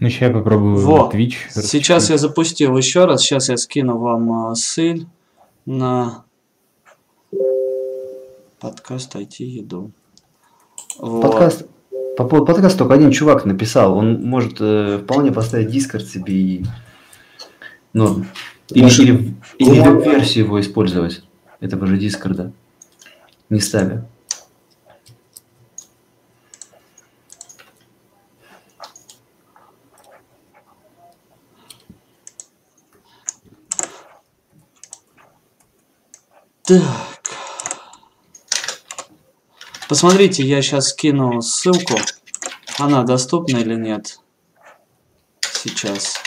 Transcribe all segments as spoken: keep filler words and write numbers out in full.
Ну, сейчас я попробую Вот. Twitch. Сейчас расчехлить. я запустил еще раз. Сейчас я скину вам э, ссыль на подкаст ай ти еду. Вот. Подкаст. По поводу подкаста только один чувак написал. Он может э, вполне поставить Discord себе и... Ну, или, Может, или, или ну, веб-версию его использовать. Этого же Дискорда. Не ставя. Так. Посмотрите, я сейчас скину ссылку. Она доступна или нет? Сейчас.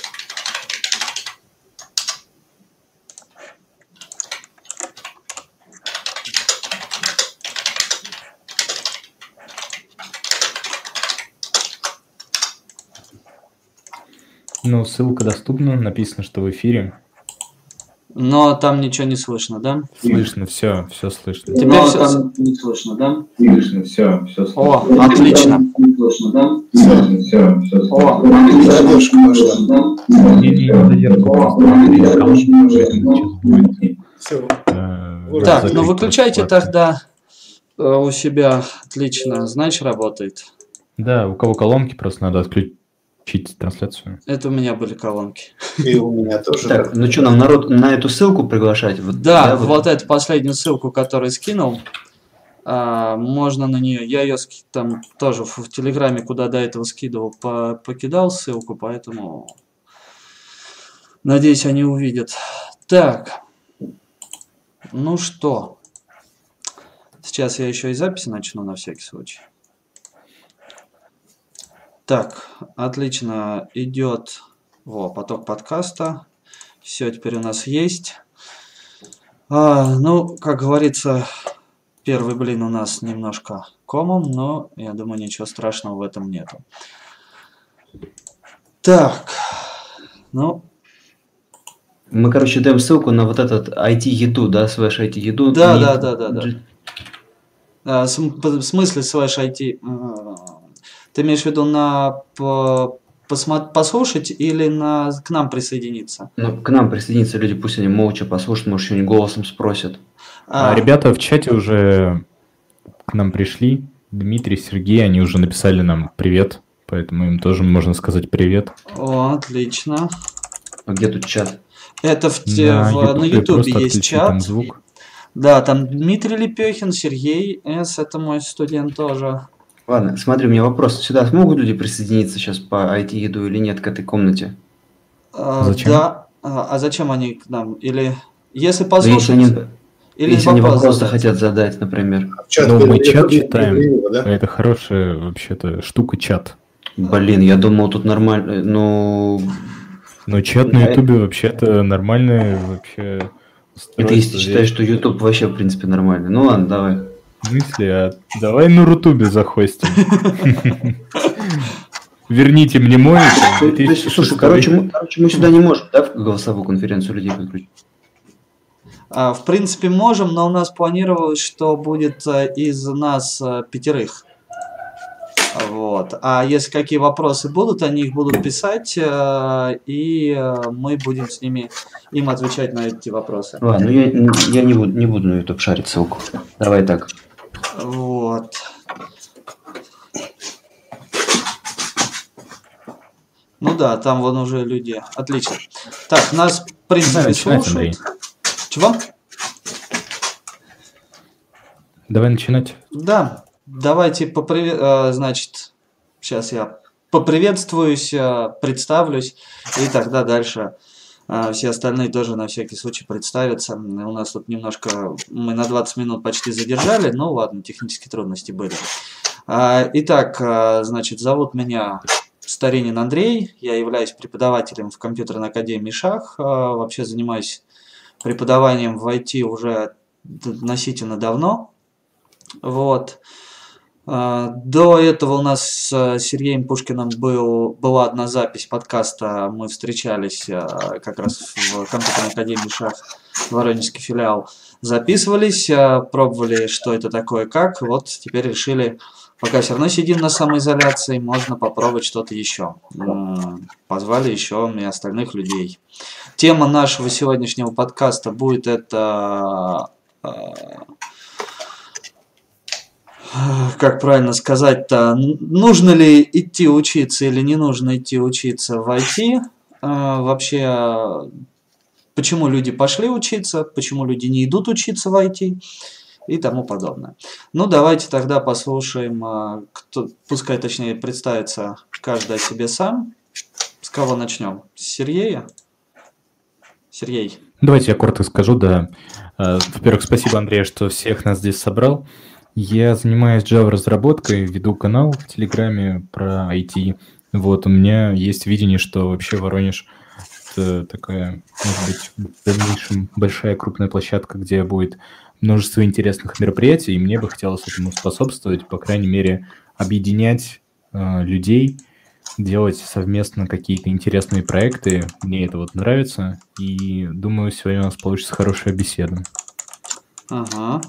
Ну, ссылка доступна, написано, что в эфире. Но там ничего не слышно, да? Слышно, все, все слышно. Теперь Но всё там не слышно, да? слышно, все, все слышно. О, отлично. Слышно, да? Слышно, все, все слышно. О, Задержка пошла. Не-не, задержку просто. Сейчас будет. Все. э, так, закрыть ну выключайте вкладку. тогда э, у себя. Отлично, значит работает. Да, у кого колонки, просто надо отключить трансляцию. Это у меня были колонки. И у меня тоже. Так, ну что, нам народ на эту ссылку приглашать? Вот, Да, вот? вот эту последнюю ссылку, которую скинул, а, можно на нее. Я ее ски- там тоже в, в Телеграме, куда до этого скидывал, по- покидал ссылку, поэтому надеюсь, они увидят. Так, ну что, сейчас я еще и записи начну на всякий случай. Так, отлично, идет во, поток подкаста. Все теперь у нас есть. А, ну, как говорится, первый блин у нас немножко комом, но я думаю, ничего страшного в этом нету. Так, ну, Мы, короче, даем ссылку на вот этот ай ти-еду, да, слэш ай ти-еду. да, Не- да, да, да, да. Дж- А, см- по- в смысле слэш ай ти? Ты имеешь в виду на по- посмо- послушать или на к нам присоединиться? Ну, к нам присоединятся люди, пусть они молча послушают, может, что-нибудь голосом спросят. А, ребята в чате уже к нам пришли. Дмитрий, Сергей, они уже написали нам привет, поэтому им тоже можно сказать привет. О, отлично. А где тут чат? Это в, те- в- на Ютубе Ютубе просто есть отключи там чат. звук. Да, там Дмитрий Лепехин, Сергей С, это мой студент тоже. Ладно, смотри, у меня вопрос. Сюда смогут люди присоединиться сейчас по ай ти-еду или нет к этой комнате? А, Зачем? Да. А, а зачем они к нам? Или если Ну, послушать, если они, или если они вопрос вопросы задать? хотят задать, например. Ну, мы чат читаем. Его, да? Это хорошая вообще-то штука чат. Блин, я думал, тут нормально. Ну, Но чат на Да. Ютубе вообще-то нормальное вообще это если устройство. ты считаешь, что YouTube вообще, в принципе, нормальный. Ну ладно, давай. В смысле? А давай на Рутубе захостим. Верните мне мой. То- то есть, слушай, короче, мы, короче, мы сюда не можем, да, в голосовую конференцию людей подключить? А, в принципе, можем, но у нас планировалось, что будет э, из нас э, пятерых. Вот. А если какие вопросы будут, они их будут писать, э, и э, мы будем с ними им отвечать на эти вопросы. Ладно, ну я, я не, буду, не буду на YouTube шарить ссылку. Давай так. Вот. Ну да, там вон уже люди. Отлично. Так, нас, в принципе, Давай начинать, слушают. Чего? Давай начинать. Да, давайте попривет... э, значит, сейчас я поприветствуюсь, э, представлюсь, и тогда дальше э, все остальные тоже на всякий случай представятся. У нас тут немножко, мы на двадцать минут почти задержали, но ладно, технические трудности были. А, Итак, э, значит, зовут меня Старинин Андрей, я являюсь преподавателем в компьютерной академии ШАХ, э, вообще занимаюсь преподаванием в ай ти уже относительно давно. Вот. А, До этого у нас с Сергеем Пушкиным был, была одна запись подкаста. Мы встречались а, как раз в компьютерной академии ШАХ, Воронежский филиал. Записывались, а, пробовали, что это такое, как. Вот теперь решили Пока все равно сидим на самоизоляции, можно попробовать что-то еще. Позвали еще и остальных людей. Тема нашего сегодняшнего подкаста будет это... Как правильно сказать-то, нужно ли идти учиться или не нужно идти учиться в ай ти? Вообще, почему люди пошли учиться, почему люди не идут учиться в ай ти и тому подобное. Ну, давайте тогда послушаем, кто, пускай точнее представится каждый о себе сам. С кого начнем? С Сергея? Сергей. Давайте я коротко скажу, да. Во-первых, спасибо, Андрей, что всех нас здесь собрал. Я занимаюсь Java-разработкой, веду канал в Телеграме про ай ти. Вот, у меня есть видение, что вообще Воронеж – это такая, может быть, в дальнейшем большая крупная площадка, где будет множество интересных мероприятий, и мне бы хотелось этому способствовать, по крайней мере, объединять э, людей, делать совместно какие-то интересные проекты. Мне это вот нравится, и думаю, сегодня у нас получится хорошая беседа. Ага.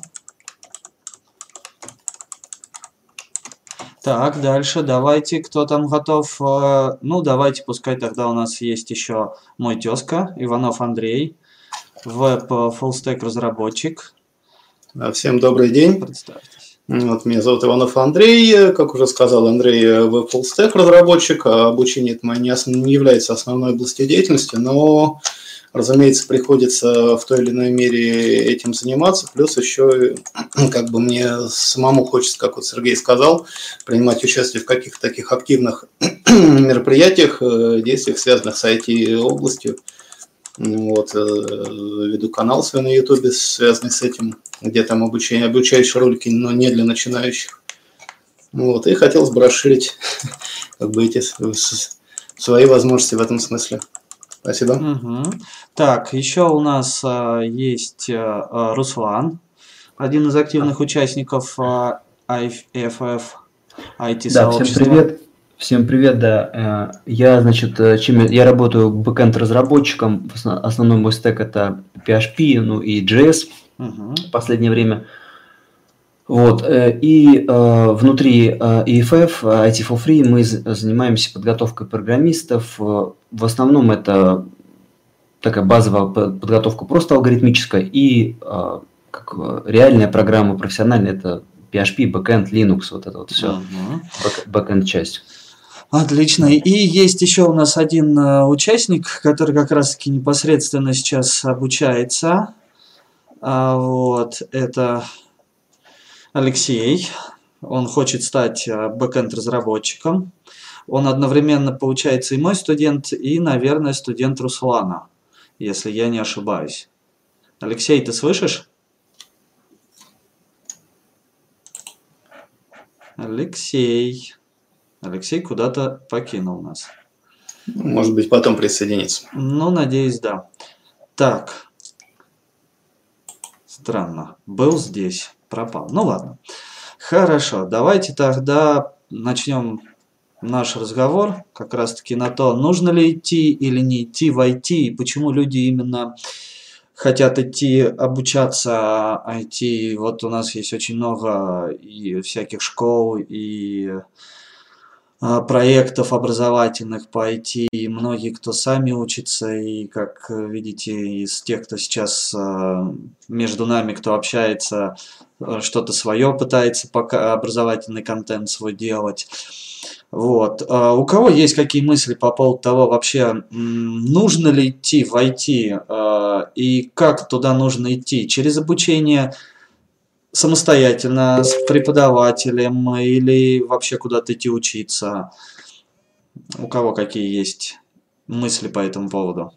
Так, дальше давайте, кто там готов? Ну, давайте, пускай тогда у нас есть еще мой тезка, Иванов Андрей, веб-фуллстек разработчик. Всем добрый день. Представьтесь. Вот, меня зовут Иванов Андрей. Как уже сказал Андрей, веб-фуллстек разработчик. Обучение это не, основ... не является основной областью деятельности, но, разумеется, приходится в той или иной мере этим заниматься. Плюс еще, как бы мне самому хочется, как вот Сергей сказал, принимать участие в каких-то таких активных мероприятиях, действиях, связанных с ай ти-областью. Вот, веду канал свой на Ютубе, связанный с этим, где там обучение, обучающие ролики, но не для начинающих. Вот, и хотелось бы расширить как бы эти свои возможности в этом смысле. Спасибо. Угу. Так, еще у нас а, есть а, Руслан, один из активных участников а, ай эф эф, ай ти-сообщества. Да, всем привет. Всем привет, да. Я, значит, чем я работаю бэкэнд-разработчиком. Основной мой стек это пи эйч пи, ну и джей эс угу. в последнее время. Вот. И э, внутри и эф эф, ай ти for Free, мы занимаемся подготовкой программистов. В основном это такая базовая подготовка просто алгоритмическая и э, как реальная программа профессиональная, это пи эйч пи, бэкэнд, Linux, вот это вот все, угу. бэкэнд часть. Отлично. И есть еще у нас один uh, участник, который как раз-таки непосредственно сейчас обучается. А, вот, это Алексей. Он хочет стать uh, бэкэнд-разработчиком. Он одновременно, получается, и мой студент, и, наверное, студент Руслана, если я не ошибаюсь. Алексей, ты слышишь? Алексей... Алексей куда-то покинул нас. Может быть, потом присоединится. Ну, надеюсь, да. Так. Странно. Был здесь, пропал. Ну, ладно. Хорошо. Давайте тогда начнем наш разговор. Как раз-таки на то, нужно ли идти или не идти в ай ти. И почему люди именно хотят идти обучаться ай ти. Вот у нас есть очень много и всяких школ, и... проектов образовательных по ай ти, и многие, кто сами учатся, и, как видите, из тех, кто сейчас между нами, кто общается, что-то свое пытается, пока образовательный контент свой делать. Вот. У кого есть какие мысли по поводу того, вообще, нужно ли идти в ай ти, и как туда нужно идти? Через обучение самостоятельно, с преподавателем или вообще куда-то идти учиться? У кого какие есть мысли по этому поводу?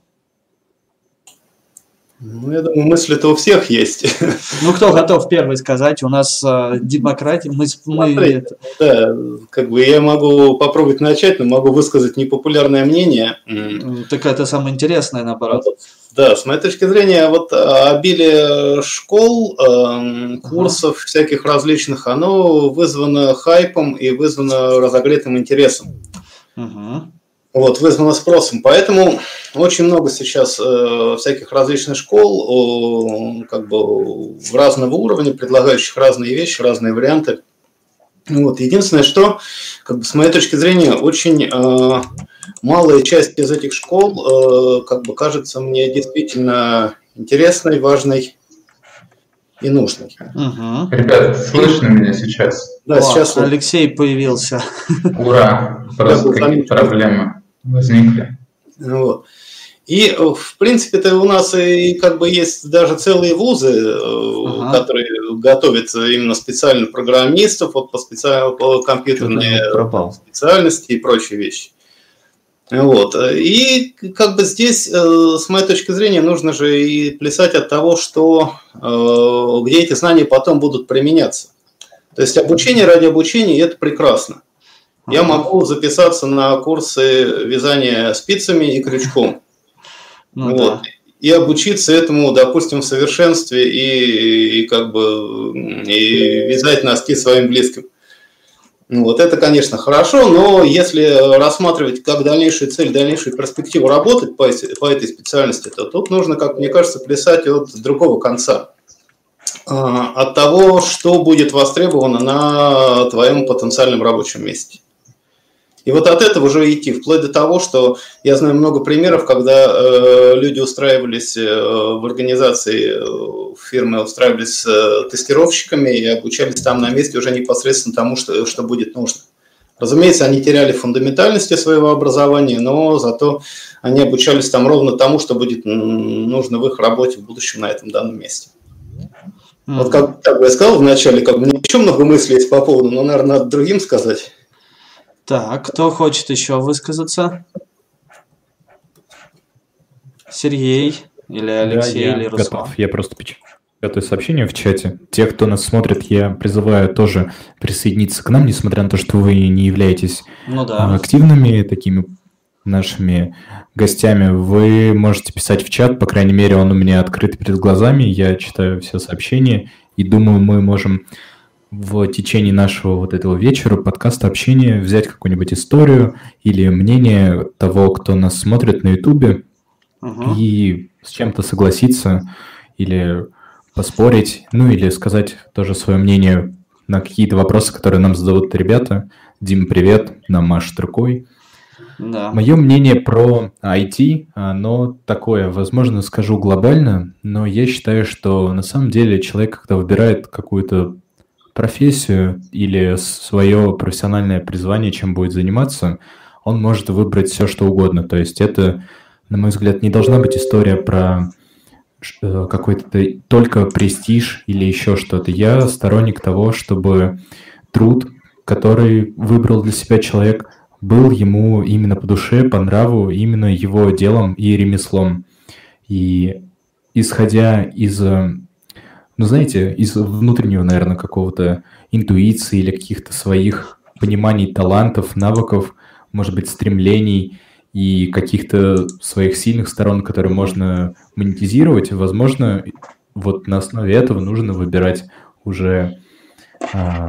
Ну, я думаю, мысли-то у всех есть. Ну, кто готов первый сказать? У нас э, демократия, мы... мы... Да, как бы я могу попробовать начать, но могу высказать непопулярное мнение. Так это самое интересное, наоборот. Да, с моей точки зрения, вот обилие школ, э, курсов ага. всяких различных, оно вызвано хайпом и вызвано разогретым интересом. Ага. Вот, вызвано спросом. Поэтому очень много сейчас э, всяких различных школ, э, как бы разного уровня, предлагающих разные вещи, разные варианты. Вот. Единственное, что, как бы, с моей точки зрения, очень э, малая часть из этих школ, э, как бы, кажется мне действительно интересной, важной и нужной. Угу. Ребята, слышно меня сейчас? Да, О, сейчас вот- Алексей появился. Ура! Просто Да, какие замечательно. проблемы возникли. Вот. И, э, в принципе-то, у нас и как бы есть даже целые вузы, э, Ага. которые готовят именно специально программистов вот, по, специальной по компьютерной Что-то пропал. специальности и прочие вещи. Вот. И как бы здесь, э, с моей точки зрения, нужно же и плясать от того, что, э, где эти знания потом будут применяться. То есть обучение ради обучения – это прекрасно. Я Ага. могу записаться на курсы вязания спицами и крючком. Ну Вот. да. И обучиться этому, допустим, в совершенстве и, и как бы и вязать носки своим близким. Ну, вот это, конечно, хорошо, но если рассматривать как дальнейшую цель, дальнейшую перспективу работать по, эти- по этой специальности, то тут нужно, как мне кажется, плясать от другого конца. А, От того, что будет востребовано на твоем потенциальном рабочем месте. И вот от этого уже идти, вплоть до того, что я знаю много примеров, когда э, люди устраивались э, в организации, э, в фирмы устраивались э, тестировщиками и обучались там на месте уже непосредственно тому, что, что будет нужно. Разумеется, они теряли фундаментальности своего образования, но зато они обучались там ровно тому, что будет м, нужно в их работе в будущем на этом данном месте. Вот Мгм. как, как бы я сказал вначале, как бы мне еще много мыслей есть по поводу, но, наверное, надо другим сказать. Так, кто хочет еще высказаться? Сергей или Да, Алексей я или Руслан? готов. Я просто печатаю сообщение в чате. Те, кто нас смотрит, я призываю тоже присоединиться к нам, несмотря на то, что вы не являетесь Ну а, да. активными такими нашими гостями. Вы можете писать в чат, по крайней мере, он у меня открыт перед глазами, я читаю все сообщения, и думаю, мы можем в течение нашего вот этого вечера, подкаста, общения взять какую-нибудь историю или мнение того, кто нас смотрит на Ютубе, Угу. и с чем-то согласиться или поспорить, ну или сказать тоже свое мнение на какие-то вопросы, которые нам зададут ребята. Дим, привет, нам машет рукой. Да. Мое мнение про ай ти, оно такое, возможно, скажу глобально, но я считаю, что на самом деле человек, когда выбирает какую-то профессию или свое профессиональное призвание, чем будет заниматься, он может выбрать все, что угодно. То есть это, на мой взгляд, не должна быть история про ш- э, какой-то только престиж или еще что-то. Я сторонник того, чтобы труд, который выбрал для себя человек, был ему именно по душе, по нраву, именно его делом и ремеслом. И исходя из, э, ну знаете, из внутреннего, наверное, какого-то интуиции или каких-то своих пониманий, талантов, навыков, может быть, стремлений и каких-то своих сильных сторон, которые можно монетизировать, возможно, вот на основе этого нужно выбирать уже, а,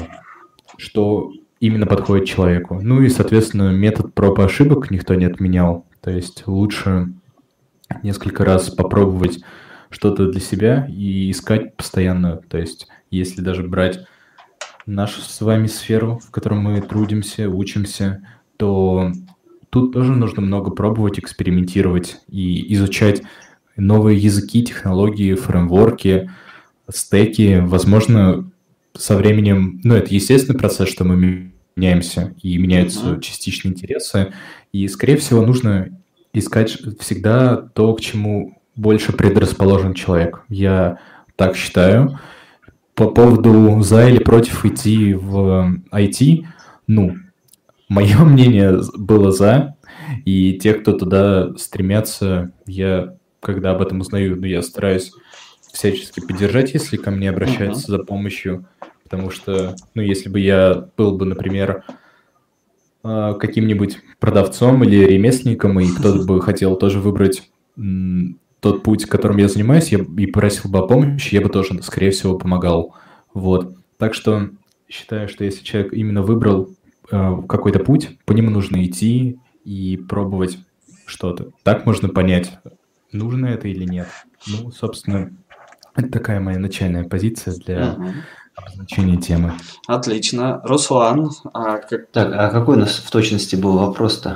что именно подходит человеку. Ну и, соответственно, метод проб и ошибок никто не отменял. То есть лучше несколько раз попробовать что-то для себя и искать постоянно. То есть если даже брать нашу с вами сферу, в которой мы трудимся, учимся, то тут тоже нужно много пробовать, экспериментировать и изучать новые языки, технологии, фреймворки, стеки. Возможно, со временем, ну, это естественный процесс, что мы меняемся и меняются Мгм. частично интересы. И, скорее всего, нужно искать всегда то, к чему больше предрасположен человек. Я так считаю. По поводу за или против идти в ай ти, ну, мое мнение было за, и те, кто туда стремятся, я, когда об этом узнаю, ну, я стараюсь всячески поддержать, если ко мне обращаются за помощью, потому что, ну, если бы я был бы, например, а, каким-нибудь продавцом или ремесленником, и кто-то бы хотел тоже выбрать м, тот путь, которым я занимаюсь, я, и просил бы о помощи, я бы тоже, скорее всего, помогал. Вот. Так что считаю, что если человек именно выбрал э, какой-то путь, по нему нужно идти и пробовать что-то. Так можно понять, нужно это или нет. Ну, собственно, это такая моя начальная позиция для Мгм. обозначение темы. Отлично. Руслан, а как... Так, а какой у нас в точности был вопрос-то?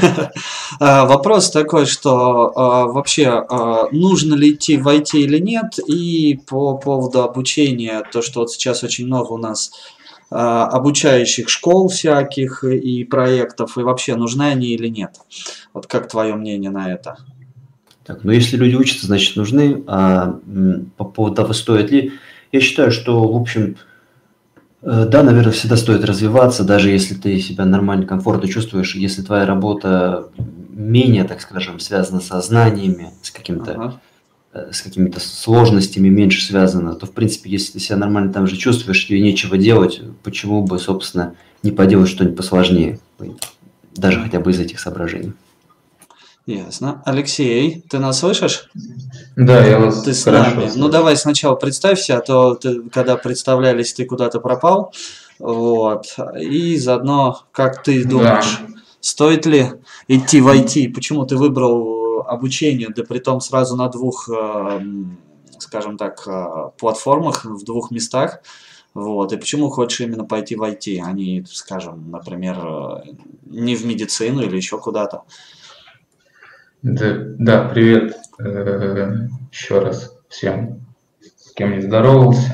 Вопрос такой, что а, вообще а, нужно ли идти в ай ти или нет, и по поводу обучения, то, что вот сейчас очень много у нас а, обучающих школ всяких и проектов, и вообще нужны они или нет? Вот как твое мнение на это? Так, ну если люди учатся, значит нужны. А м, по поводу того, стоит ли, я считаю, что, в общем, э, да, наверное, всегда стоит развиваться, даже если ты себя нормально, комфортно чувствуешь, если твоя работа менее, так скажем, связана со знаниями, с каким-то, Ага. э, с какими-то сложностями меньше связана, то, в принципе, если ты себя нормально там же чувствуешь, тебе нечего делать, почему бы, собственно, не поделать что-нибудь посложнее, даже хотя бы из этих соображений. Ясно. Алексей, ты нас слышишь? Да, я вас Ты с хорошо нами. Ну слышу. давай сначала представься, а то ты, когда представлялись, ты куда-то пропал. Вот. И заодно, как ты думаешь, Да. стоит ли идти в ай ти? Почему ты выбрал обучение, да притом сразу на двух, э, м, скажем так, э, платформах, в двух местах? Вот. И почему хочешь именно пойти в ай ти, а не, скажем, например, э, не в медицину или еще куда-то? Да, да, привет э, еще раз всем, с кем не здоровался.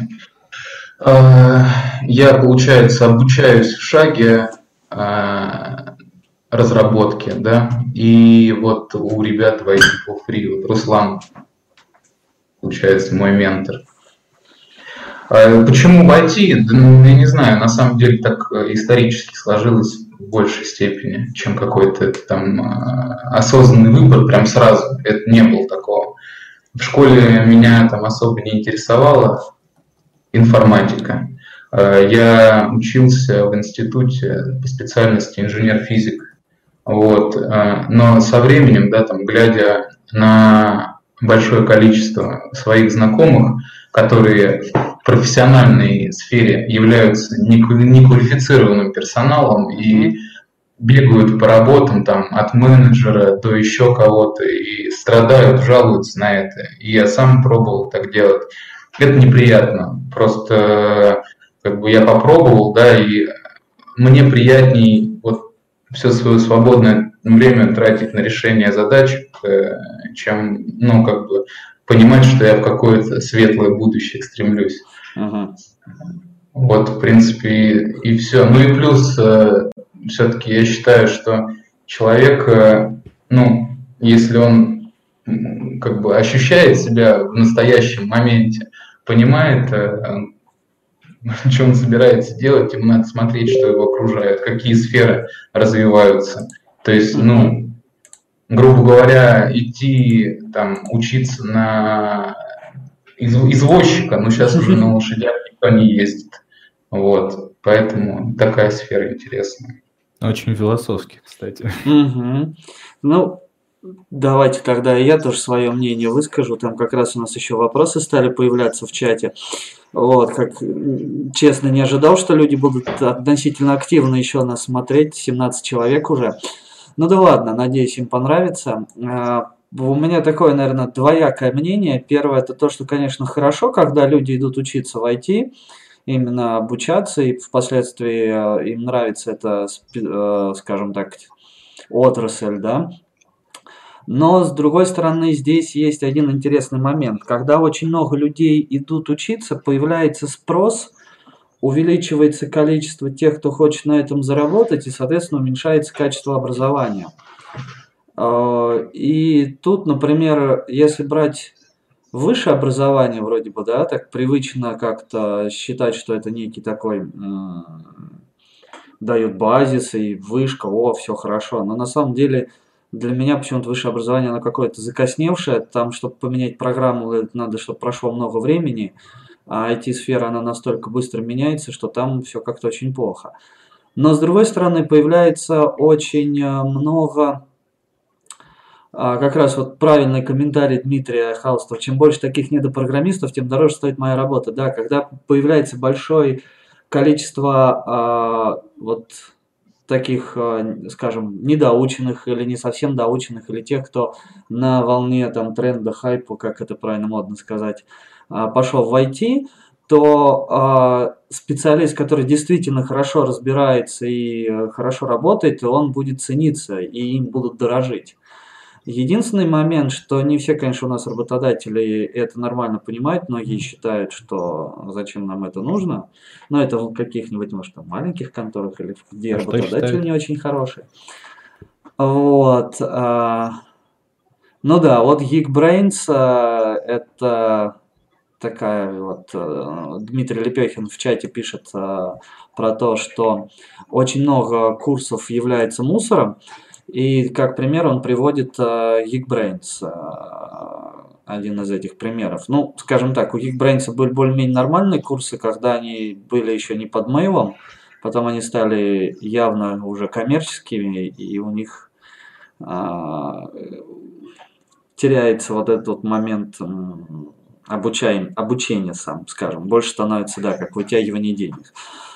Э, Я, получается, обучаюсь в шаге э, разработки, да, и вот у ребят в ай ти for Free, вот Руслан, получается, мой ментор. А почему в ай ти? Да, ну, я не знаю, на самом деле так э, исторически сложилось в большей степени, чем какой-то там э, осознанный выбор прям сразу. Это не было такого. В школе меня там особо не интересовала информатика. Э, Я учился в институте по специальности инженер-физик. Вот. э, Но со временем, да, там, глядя на большое количество своих знакомых, которые в профессиональной сфере являются неквалифицированным персоналом и бегают по работам там, от менеджера до еще кого-то и страдают, жалуются на это. И я сам пробовал так делать. Это неприятно. Просто как бы я попробовал, да, и мне приятней вот все свое свободное время тратить на решение задач, э, чем, ну, как бы понимать, что я в какое-то светлое будущее стремлюсь. Ага. Вот, в принципе, и, и все. Ну и плюс, э, все-таки я считаю, что человек, э, ну, если он м, как бы ощущает себя в настоящем моменте, понимает, э, что он собирается делать, ему надо смотреть, что его окружает, какие сферы развиваются. То есть, ну, грубо говоря, идти там учиться на изв- извозчика, но сейчас уже на лошадях никто не ездит. Вот, поэтому такая сфера интересная. Очень философски, кстати. Мгм. Ну, давайте тогда я тоже свое мнение выскажу. Там как раз у нас еще вопросы стали появляться в чате. Вот, как м, честно, не ожидал, что люди будут относительно активно еще нас смотреть. семнадцать человек уже. Ну да ладно, надеюсь, им понравится. А, У меня такое, наверное, двоякое мнение. Первое, это то, что, конечно, хорошо, когда люди идут учиться в ай ти, именно обучаться, и впоследствии э, им нравится эта, спе- э, скажем так, отрасль, да. Но, с другой стороны, здесь есть один интересный момент. Когда очень много людей идут учиться, появляется спрос, увеличивается количество тех, кто хочет на этом заработать, и, соответственно, уменьшается качество образования. А, И тут, например, если брать высшее образование, вроде бы, да, так привычно как-то считать, что это некий такой м, дает базис и вышка, о, все хорошо. Но на самом деле для меня почему-то высшее образование, оно какое-то закосневшее. Там, чтобы поменять программу, это надо, чтобы прошло много времени. А ай ти-сфера, она настолько быстро меняется, что там все как-то очень плохо. Но, с другой стороны, появляется очень э, много... А, как раз вот правильный комментарий Дмитрия Хаустова. Чем больше таких недопрограммистов, тем дороже стоит моя работа. Да, когда появляется большое количество а, вот таких, а, скажем, недоученных или не совсем доученных, или тех, кто на волне там тренда, хайпа, как это правильно модно сказать, а, пошел в ай ти, то э, специалист, который действительно хорошо разбирается и э, хорошо работает, он будет цениться, и им будут дорожить. Единственный момент, что не все, конечно, у нас работодатели это нормально понимают, многие считают, что зачем нам это нужно, но это в каких-нибудь, может, там, маленьких конторах или где А что работодатели считают? не очень хорошие. Вот. а, Ну да, вот Geekbrains а, это такая вот, э, Дмитрий Лепехин в чате пишет а, про то, что очень много курсов является мусором, и как пример он приводит а, Geekbrains, а, один из этих примеров. Ну, скажем так, у Geekbrains были более-менее нормальные курсы, когда они были еще не под мейлом, потом они стали явно уже коммерческими, и у них а, теряется вот этот вот момент м, обучаем, обучения сам, скажем. Больше становится, да, как вытягивание денег.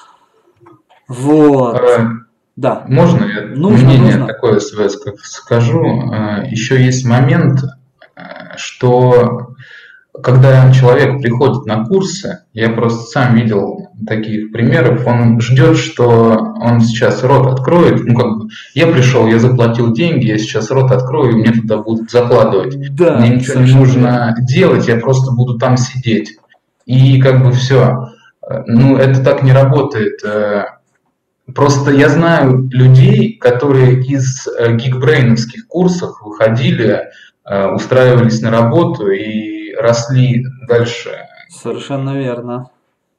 Вот. Э, Да. Можно я Нужно, мнение нужно. такое свое ска- скажу? Э, Еще есть момент, э, что когда человек приходит на курсы, я просто сам видел таких примеров, он ждет, что он сейчас рот откроет, ну как бы, я пришел, я заплатил деньги, я сейчас рот открою, и мне туда будут закладывать. Да, Мне ничего не совершенно нужно верно. делать, я просто буду там сидеть. И как бы все. Ну, это так не работает. Э, Просто я знаю людей, которые из э, гигбрейновских курсов выходили, э, устраивались на работу и росли дальше. Совершенно верно.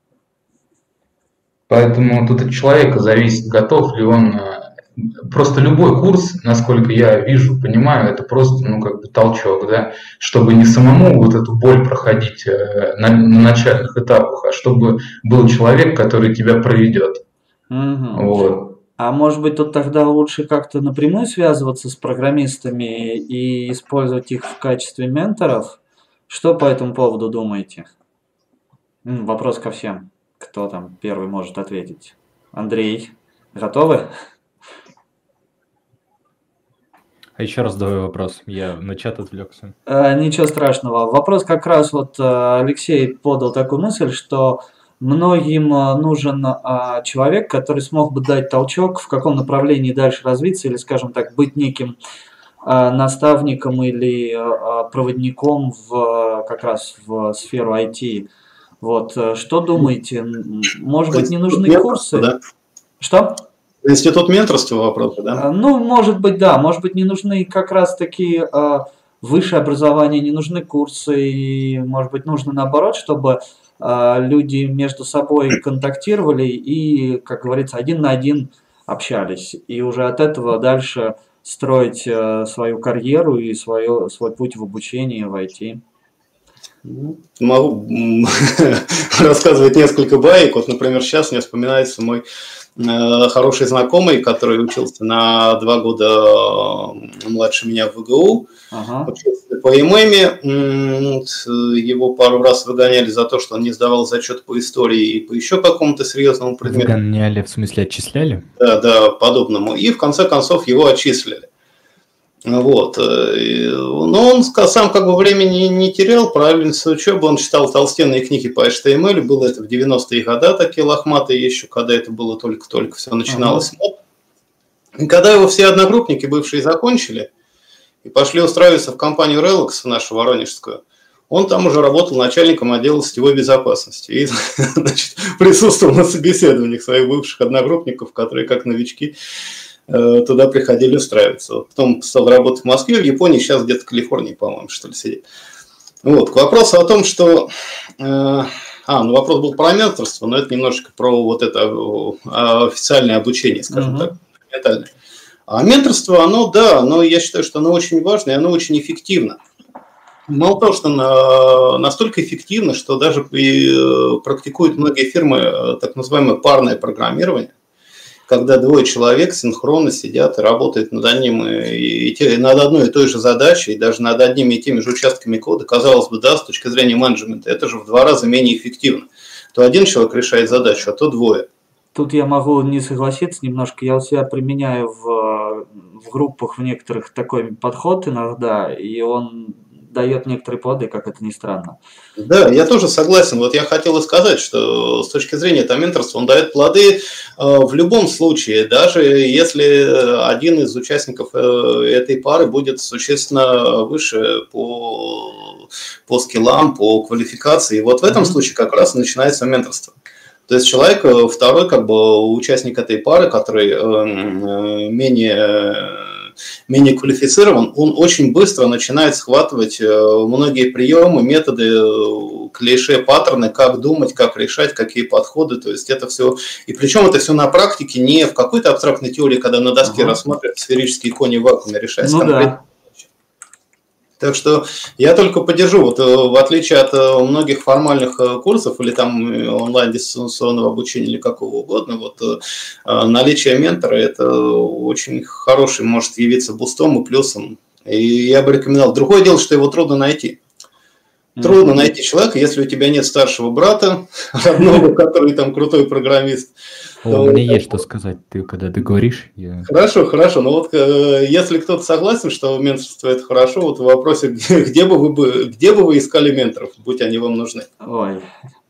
Поэтому тут от человека зависит, готов ли он. э, Просто любой курс, насколько я вижу, понимаю, это просто, ну, как бы толчок, да, чтобы не самому вот эту боль проходить э, на, на начальных этапах, а чтобы был человек, который тебя проведет. Мгм. Вот. А может быть, тут тогда лучше как-то напрямую связываться с программистами и использовать их в качестве менторов? Что по этому поводу думаете? М, Вопрос ко всем. Кто там первый может ответить? Андрей, готовы? А еще раз давай вопрос. Я на чат отвлекся. Э, Ничего страшного. Вопрос как раз вот э, Алексей подал такую мысль, что многим э, нужен а, человек, который смог бы дать толчок, в каком направлении дальше развиться, или, скажем так, быть неким а, наставником или а, проводником в, как раз в сферу ай ти. Вот, э, что думаете? М, Может быть, не Институт нужны менторства, курсы? да? Что? Институт менторства вопрос, да? А, Ну, может быть, да, может быть, не нужны как раз таки а, высшее образование, не нужны курсы, и, может быть, нужно наоборот, чтобы а, люди между собой контактировали и, как говорится, один на один общались, и уже от этого дальше строить э, свою карьеру и свое, свой путь в обучении в ай ти. Могу м, рассказывать несколько баек. Вот, например, сейчас мне вспоминается мой э, хороший знакомый, который учился на два года э, младше меня в вэ гэ у, Ага. учился по эм эм. М, вот, э, Его пару раз выгоняли за то, что он не сдавал зачет по истории и по еще какому-то серьезному предмету. Выгоняли, в смысле отчисляли? Да, да, подобному. И в конце концов его отчислили. Вот. И, но он ска- сам как бы времени не терял, параллельно с учебой он читал толстенные книги по эйч ти эм эль, было это в девяностые годы, такие лохматые еще, когда это было только-только, все начиналось. И когда его все одногруппники бывшие закончили и пошли устраиваться в компанию Relax, в нашу воронежскую, он там уже работал начальником отдела сетевой безопасности и, значит, присутствовал на собеседованиях своих бывших одногруппников, которые как новички э, туда приходили устраиваться. Вот потом стал работать в Москве, в Японии, сейчас где-то в Калифорнии, по-моему, что ли, сидит. Вот, к вопросу о том, что... Э, а, ну вопрос был про менторство, но это немножечко про вот это э, официальное обучение, скажем Мгм. так, ментальное. А менторство, оно, да, но я считаю, что оно очень важно и оно очень эффективно. Мало того, что на- настолько эффективно, что даже и, э, практикуют многие фирмы э, так называемое парное программирование, когда двое человек синхронно сидят и работают над одним и, и те- над одной и той же задачей, и даже над одними и теми же участками кода, казалось бы, да, с точки зрения менеджмента, это же в два раза менее эффективно. То один человек решает задачу, а то двое. Тут я могу не согласиться немножко. Я у себя применяю в, в группах в некоторых такой подход иногда, и он дает некоторые плоды, как это ни странно. Да, я тоже согласен. Вот я хотел и сказать, что с точки зрения там, менторства он дает плоды э, в любом случае, даже если один из участников э, этой пары будет существенно выше по, по скиллам, по квалификации. И вот в этом случае как раз начинается менторство. То есть человек, второй как бы участник этой пары, который э, менее, менее квалифицирован, он очень быстро начинает схватывать многие приемы, методы, клише, паттерны, как думать, как решать, какие подходы. То есть это все, и причем это все на практике, не в какой-то абстрактной теории, когда на доске ага. рассматривают сферические кони в вакууме, решать ну, конкретно. Да. Так что я только поддержу, вот в отличие от многих формальных курсов или там онлайн-дистанционного обучения или какого угодно, вот наличие ментора – это очень хороший, может явиться бустом и плюсом. И я бы рекомендовал. Другое дело, что его трудно найти. Трудно найти человека, если у тебя нет старшего брата, родного, который там крутой программист. О, мне есть что сказать, ты когда договоришь. Я... Хорошо, хорошо, но вот э, если кто-то согласен, что менторство это хорошо, вот в вопросе, где, где, бы вы, где бы вы искали менторов, будь они вам нужны? Ой.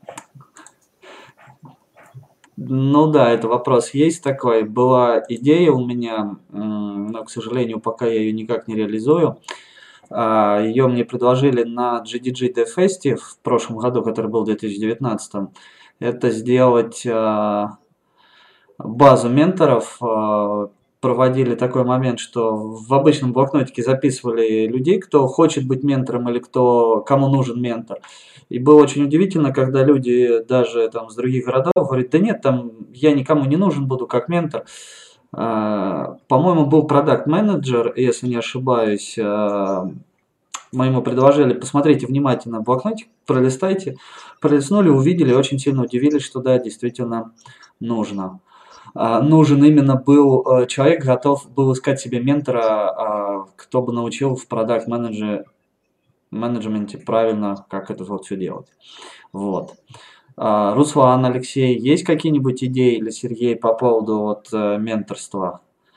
Ну да, это вопрос есть такой. Была идея у меня, но, к сожалению, пока я ее никак не реализую. Ее мне предложили на джи ди джи DevFest в прошлом году, который был в две тысячи девятнадцатом. Это сделать базу менторов. Проводили такой момент, что в обычном блокнотике записывали людей, кто хочет быть ментором или кто, кому нужен ментор. И было очень удивительно, когда люди даже там с других городов говорят, да нет, там я никому не нужен буду как ментор. По-моему, был продакт-менеджер, если не ошибаюсь, мы ему предложили, посмотрите внимательно блокнотик, пролистайте, пролистнули, увидели, очень сильно удивились, что да, действительно нужно. Нужен именно был человек, готов был искать себе ментора, кто бы научил в продакт-менеджменте правильно, как это вот все делать. Вот. Руслан, Алексей, есть какие-нибудь идеи или Сергей по поводу вот, менторства?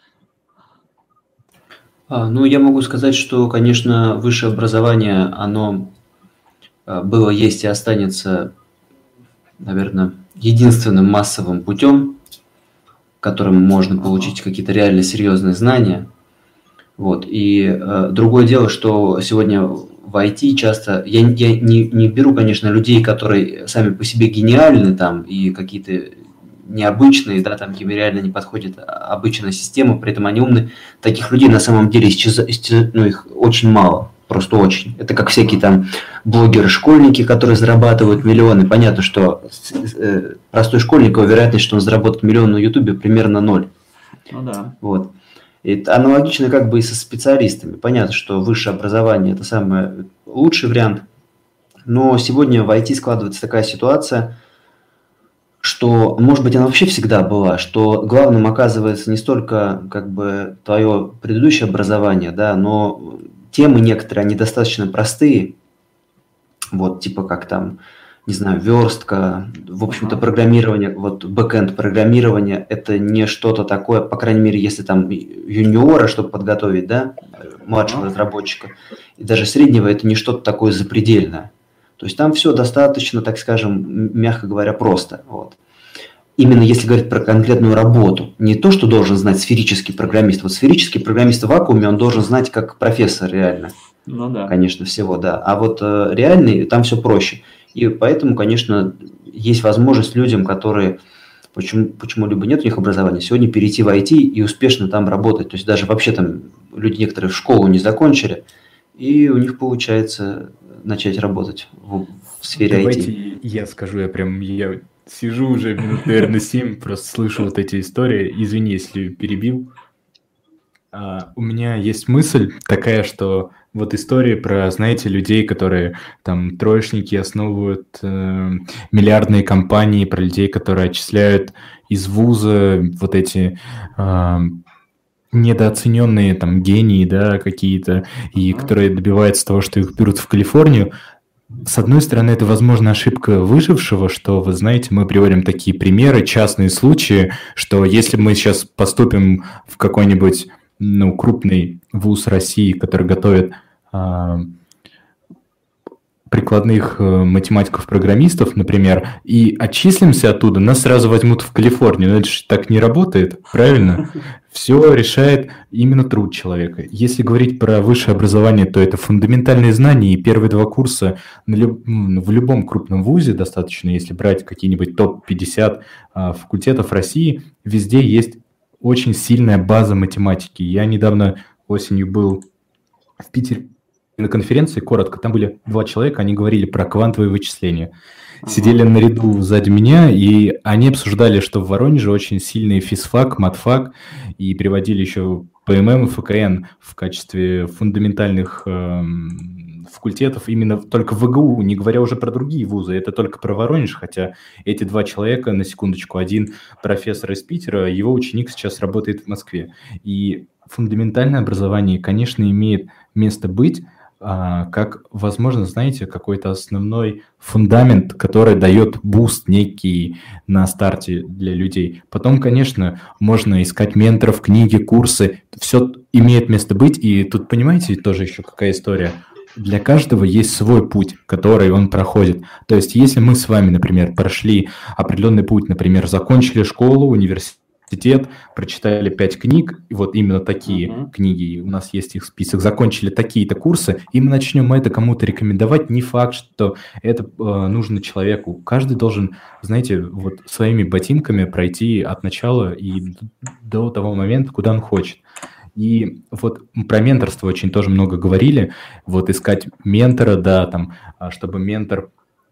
А, ну, я могу сказать, что, конечно, высшее образование, оно было, есть и останется, наверное, единственным массовым путем, которым можно получить какие-то реально серьезные знания. Вот. И э, другое дело, что сегодня в ай ти часто, я, я не, не беру, конечно, людей, которые сами по себе гениальны там и какие-то необычные, да, там им реально не подходит обычная система, при этом они умны. Таких людей на самом деле исчез, исчез, ну, их очень мало, просто очень. Это как всякие там блогеры-школьники, которые зарабатывают миллионы. Понятно, что э, простой школьник, вероятность, что он заработает миллион на Ютубе, примерно ноль. Ну да. Вот. Это аналогично как бы и со специалистами. Понятно, что высшее образование – это самый лучший вариант. Но сегодня в ай ти складывается такая ситуация, что, может быть, она вообще всегда была, что главным оказывается не столько как бы твое предыдущее образование, да, но темы некоторые, они достаточно простые, вот типа как там, не знаю, верстка, в общем-то, программирование, вот бэкэнд программирование, это не что-то такое, по крайней мере, если там юниора, чтобы подготовить, да, младшего разработчика, и даже среднего, это не что-то такое запредельное. То есть там все достаточно, так скажем, мягко говоря, просто. Вот. Именно если говорить про конкретную работу, не то, что должен знать сферический программист. Вот сферический программист в вакууме, он должен знать как профессор реально. Ну да. Конечно, всего, да. А вот э, реальный, там все проще. И поэтому, конечно, есть возможность людям, которые, почему, почему-либо нет у них образования, сегодня перейти в ай ти и успешно там работать. То есть даже вообще там люди некоторые в школу не закончили, и у них получается начать работать в, в сфере Давайте ай ти. Я скажу, я прям, я сижу уже минут, наверное, семь, просто слышу вот эти истории. Извини, если перебил. А, у меня есть мысль такая, что вот истории про, знаете, людей, которые там троечники основывают э, миллиардные компании, про людей, которые отчисляют из вуза вот эти э, недооцененные там гении, да, какие-то, и которые добиваются того, что их берут в Калифорнию. С одной стороны, это, возможно, ошибка выжившего, что, вы знаете, мы приводим такие примеры, частные случаи, что если мы сейчас поступим в какой-нибудь ну, крупный вуз России, который готовит а, прикладных математиков-программистов, например, и отчислимся оттуда, нас сразу возьмут в Калифорнию. Но это же так не работает, правильно? Все решает именно труд человека. Если говорить про высшее образование, то это фундаментальные знания, и первые два курса на люб... в любом крупном вузе достаточно, если брать какие-нибудь топ пятьдесят а, факультетов России, везде есть очень сильная база математики. Я недавно осенью был в Питере на конференции, коротко, там были два человека, они говорили про квантовые вычисления. Сидели наряду сзади меня, и они обсуждали, что в Воронеже очень сильный физфак, матфак, и приводили еще ПММ и ФКН в качестве фундаментальных э, факультетов именно только в ВГУ, не говоря уже про другие вузы, это только про Воронеж, хотя эти два человека, на секундочку, один профессор из Питера, его ученик сейчас работает в Москве. И фундаментальное образование, конечно, имеет место быть, как, возможно, знаете, какой-то основной фундамент, который дает буст некий на старте для людей. Потом, конечно, можно искать менторов, книги, курсы. Все имеет место быть. И тут, понимаете, тоже еще какая история. Для каждого есть свой путь, который он проходит. То есть, если мы с вами, например, прошли определенный путь, например, закончили школу, университет, прочитали пять книг, и вот именно такие uh-huh. книги, у нас есть их список, закончили такие-то курсы, и мы начнем это кому-то рекомендовать, не факт, что это э, нужно человеку. Каждый должен, знаете, вот своими ботинками пройти от начала и до того момента, куда он хочет. И вот про менторство очень тоже много говорили, вот искать ментора, да, там, чтобы ментор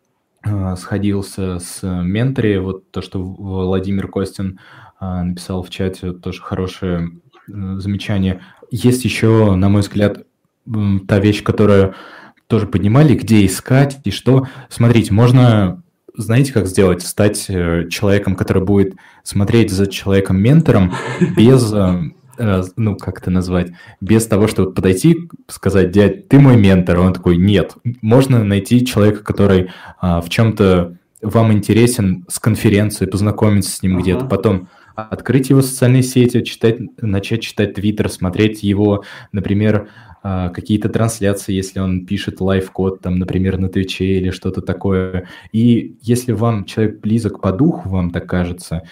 э, сходился с менторе, вот то, что Владимир Костин написал в чате, тоже хорошее замечание. Есть еще, на мой взгляд, та вещь, которую тоже поднимали, где искать и что. Смотрите, можно, знаете, как сделать? Стать человеком, который будет смотреть за человеком-ментором без, ну, как это назвать, без того, чтобы подойти, сказать: дядь, ты мой ментор. Он такой: нет. Можно найти человека, который в чем-то вам интересен, с конференции, познакомиться с ним uh-huh. где-то, потом открыть его социальные сети, читать, начать читать Твиттер, смотреть его, например, какие-то трансляции, если он пишет лайв-код, там, например, на Твиче или что-то такое. И если вам человек близок по духу, вам так кажется,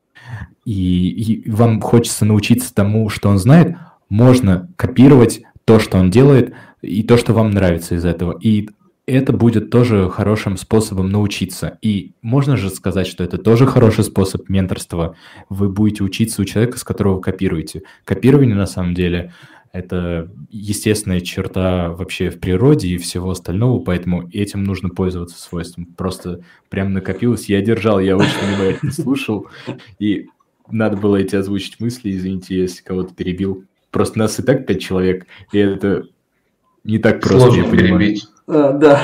и, и вам хочется научиться тому, что он знает, можно копировать то, что он делает, и то, что вам нравится из этого. И это будет тоже хорошим способом научиться. И можно же сказать, что это тоже хороший способ менторства. Вы будете учиться у человека, с которого вы копируете. Копирование, на самом деле, это естественная черта вообще в природе и всего остального, поэтому этим нужно пользоваться свойством. Просто прям накопилось, я держал, я очень внимательно слушал, и надо было эти озвучить мысли, извините, если кого-то перебил. Просто нас и так пять человек, и это не так просто, сложно я понимаю. перебить. А, да,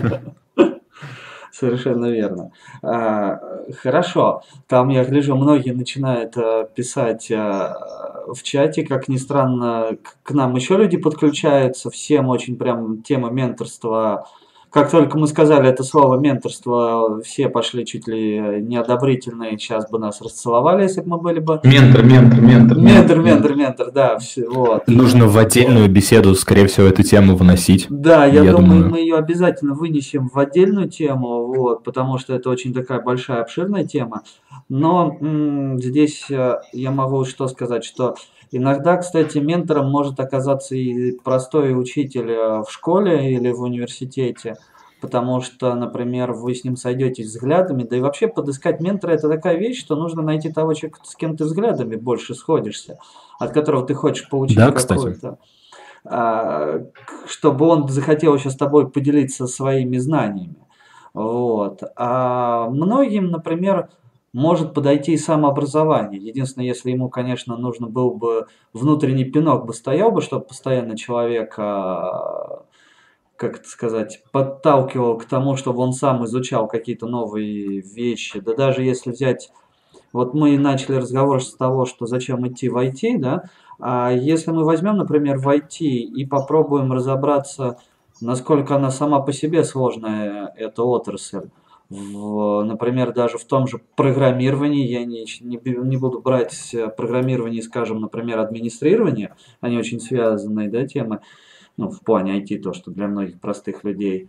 совершенно верно. А, хорошо, там, я гляжу, многие начинают а, писать а, в чате, как ни странно, к, к нам еще люди подключаются, всем очень прям тема менторства. Как только мы сказали это слово менторство, все пошли чуть ли неодобрительные, сейчас бы нас расцеловали, если бы мы были бы... Ментор, ментор, ментор. Ментор, ментор, ментор, да, все, вот. Нужно в отдельную беседу, скорее всего, эту тему выносить. Да, я, я думаю, думаю, мы ее обязательно вынесем в отдельную тему, вот, потому что это очень такая большая, обширная тема. Но м- здесь э, я могу что сказать, что иногда, кстати, ментором может оказаться и простой учитель э, в школе или в университете, потому что, например, вы с ним сойдетесь взглядами, да и вообще подыскать ментора — это такая вещь, что нужно найти того человека, с кем ты взглядами больше сходишься, от которого ты хочешь получить да, кстати. какую-то, а, к- чтобы он захотел еще с тобой поделиться своими знаниями. Вот. А многим, например, может подойти и самообразование. Единственное, если ему, конечно, нужно был бы внутренний пинок бы стоял бы, чтобы постоянно человека, как это сказать, подталкивал к тому, чтобы он сам изучал какие-то новые вещи. Да даже если взять, вот мы начали разговор с того, что зачем идти в ай ти, да, а если мы возьмем, например, в ай ти и попробуем разобраться, насколько она сама по себе сложная, эта отрасль, в, например, даже в том же программировании, я не, не, не буду брать программирование, скажем, например, администрирование, они очень связанные, да, темы, ну, в плане ай ти, то, что для многих простых людей.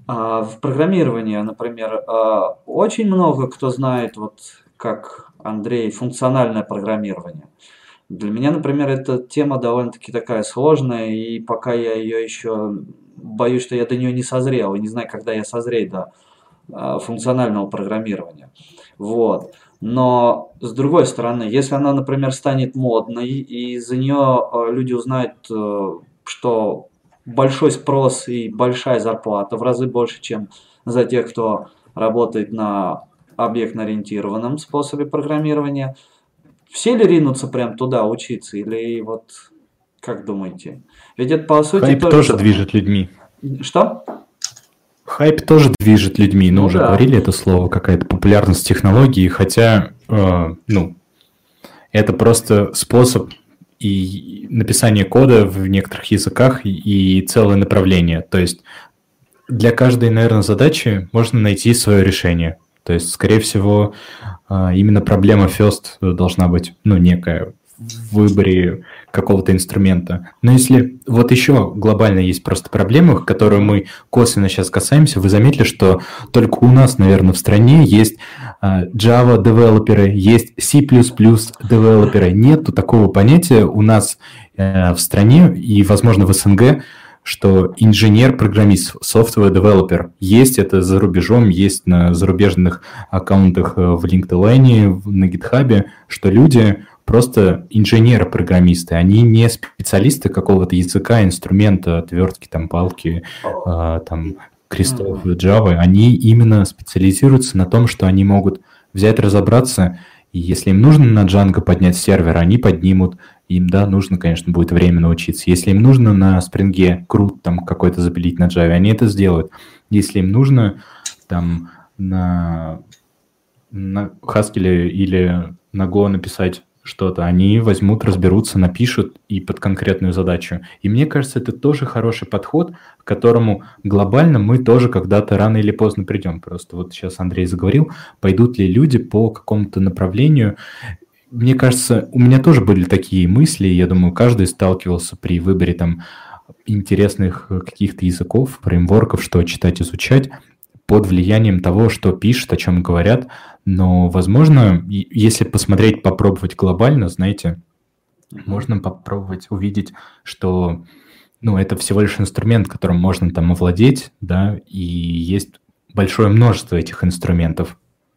А в программировании, например, а, очень много кто знает, вот как Андрей, функциональное программирование. Для меня, например, эта тема довольно-таки такая сложная, и пока я ее еще боюсь, что я до нее не созрел, и не знаю, когда я созрею до а, функционального программирования. Вот. Но с другой стороны, если она, например, станет модной, и за нее а, люди узнают, э, что большой спрос и большая зарплата, в разы больше, чем за тех, кто работает на объектно-ориентированном способе программирования, все ли ринутся прям туда учиться, или вот как думаете? Ведь это по сути Хайп тоже... тоже движет людьми. Что? Хайп тоже движет людьми, ну, Ну уже да. говорили это слово, какая-то популярность технологий, хотя, э, ну, это просто способ и написания кода в некоторых языках и, и целое направление. То есть для каждой, наверное, задачи можно найти свое решение. То есть, скорее всего, э, именно проблема first должна быть, ну, некая в выборе какого-то инструмента. Но если вот еще глобально есть просто проблемы, которые мы косвенно сейчас касаемся, вы заметили, что только у нас, наверное, в стране есть Java девелоперы, есть C++ девелоперы. Нету такого понятия у нас в стране и, возможно, в СНГ, что инженер-программист, software developer. Есть это за рубежом, есть на зарубежных аккаунтах в LinkedIn, на GitHub, что люди просто инженеры-программисты, они не специалисты какого-то языка, инструмента, отвертки, там, палки, э, там, крестов, Java, они именно специализируются на том, что они могут взять, разобраться, и если им нужно на Django поднять сервер, они поднимут, им, да, нужно, конечно, будет время научиться. Если им нужно на Spring крут там какой-то запилить на Java, они это сделают. Если им нужно там на, на Haskell или на Go написать что-то, они возьмут, разберутся, напишут и под конкретную задачу. И мне кажется, это тоже хороший подход, к которому глобально мы тоже когда-то рано или поздно придем. Просто вот сейчас Андрей заговорил, пойдут ли люди по какому-то направлению. Мне кажется, у меня тоже были такие мысли, я думаю, каждый сталкивался при выборе там интересных каких-то языков, фреймворков, что читать, изучать, под влиянием того, что пишут, о чем говорят. Но, возможно, если посмотреть, попробовать глобально, знаете, mm-hmm. можно попробовать увидеть, что ну, это всего лишь инструмент, которым можно там овладеть, да, и есть большое множество этих инструментов.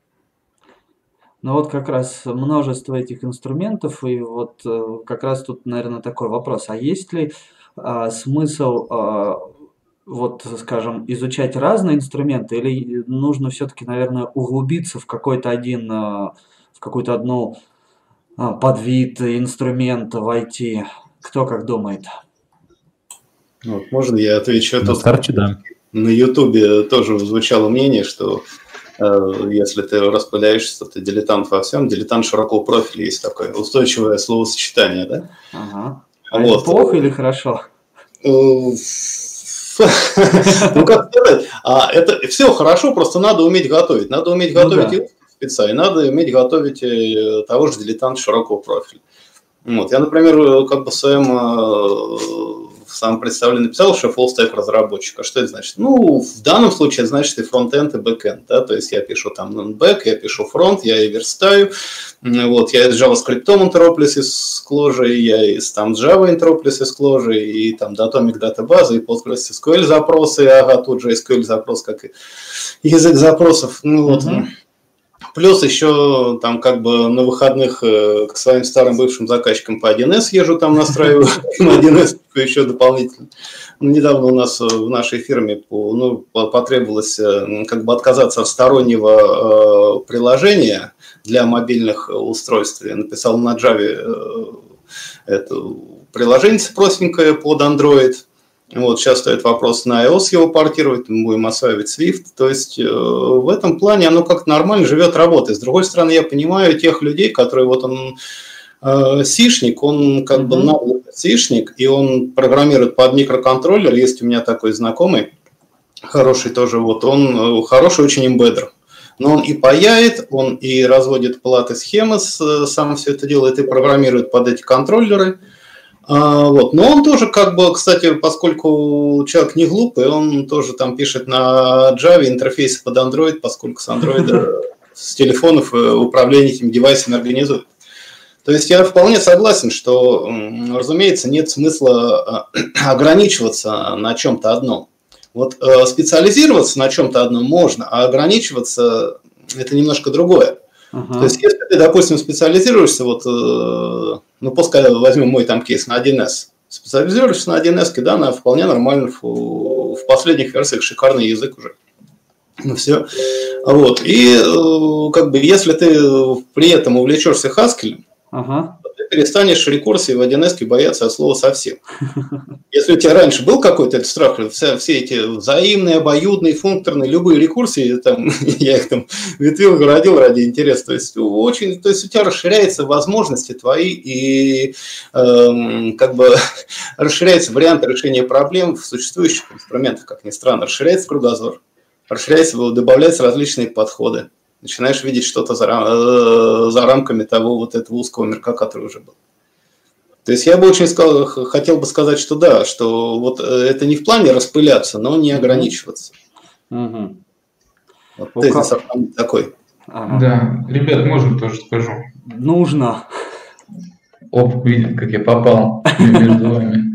Ну вот как раз множество этих инструментов, и вот как раз тут, наверное, такой вопрос. А есть ли а, смысл... А, вот, скажем, изучать разные инструменты, или нужно все-таки, наверное, углубиться в какой-то один, в какую-то одну подвид инструмента в ай ти? Кто как думает? Вот, можно я отвечу? На старте, да. На Ютубе тоже звучало мнение, что э, если ты распыляешься, то ты дилетант во всем. Дилетант широкого профиля, есть такое устойчивое словосочетание, да? Ага. А вот. это плохо или хорошо? Ну, как сказать, а это все хорошо, просто надо уметь готовить. Надо уметь готовить ну, да. спеца, и надо уметь готовить того же дилетанта широкого профиля. Вот. Я, например, как бы в своем, в самом представлении написал, что full-stack разработчик. А что это значит? Ну, в данном случае, значит, и фронт-энд, и бэк-энд. Да? То есть я пишу там бэк, я пишу фронт, я и верстаю. Вот. Я из JavaScript Enterprise из кложи, я из там Java Enterprise из кложи, и там Datomic датабазы, и PostgreSQL запросы, ага, тут же эс ку эль запрос, как и язык запросов. Ну, вот. Mm-hmm. Плюс еще там как бы на выходных э, к своим старым бывшим заказчикам по один эс езжу, там настраиваю один эс еще дополнительно. Недавно у нас в нашей фирме ну, потребовалось э, как бы отказаться от стороннего э, приложения для мобильных устройств. Я написал на Java э, это приложение простенькое под Android. Вот, сейчас стоит вопрос на iOS его портировать, мы будем осваивать Swift. То есть э, в этом плане оно как-то нормально живет, работает. С другой стороны, я понимаю тех людей, которые вот он э, сишник, он как mm-hmm. бы наглый сишник, и он программирует под микроконтроллер. Есть у меня такой знакомый, хороший тоже, вот он э, хороший очень эмбеддер. Но он и паяет, он и разводит платы схемы, сам все это делает, и программирует под эти контроллеры. А, вот. Но он тоже, как бы, кстати, поскольку человек не глупый, он тоже там пишет на Java интерфейсы под Android, поскольку с Android, с телефонов управление этими девайсами организует. То есть я вполне согласен, что, разумеется, нет смысла ограничиваться на чем-то одном. Вот специализироваться на чем-то одном можно, а ограничиваться – это немножко другое. Uh-huh. То есть, если ты, допустим, специализируешься, вот, ну, пускай возьмем мой там кейс на один эс, специализируешься на один эс, да, на вполне нормально, в, в последних версиях шикарный язык уже. Ну, все. Вот. И, как бы, если ты при этом увлечешься Haskell, uh-huh. ты перестанешь рекурсии в один эс бояться от слова совсем. Если у тебя раньше был какой-то страх, все, все эти взаимные, обоюдные, функторные, любые рекурсии, там, я их там ветвил, городил ради интереса, то есть, очень, то есть у тебя расширяются возможности твои и э, как бы расширяются варианты решения проблем в существующих инструментах, как ни странно, расширяется кругозор, расширяется, добавляются различные подходы. Начинаешь видеть что-то за, рам- за рамками того вот этого узкого мирка, который уже был. То есть я бы очень сказал, хотел бы сказать, что да, что вот это не в плане распыляться, но не ограничиваться. Угу. Вот тезис такой. Ага. Да, ребят, можно тоже скажу? Нужно. Оп, видите, как я попал между вами.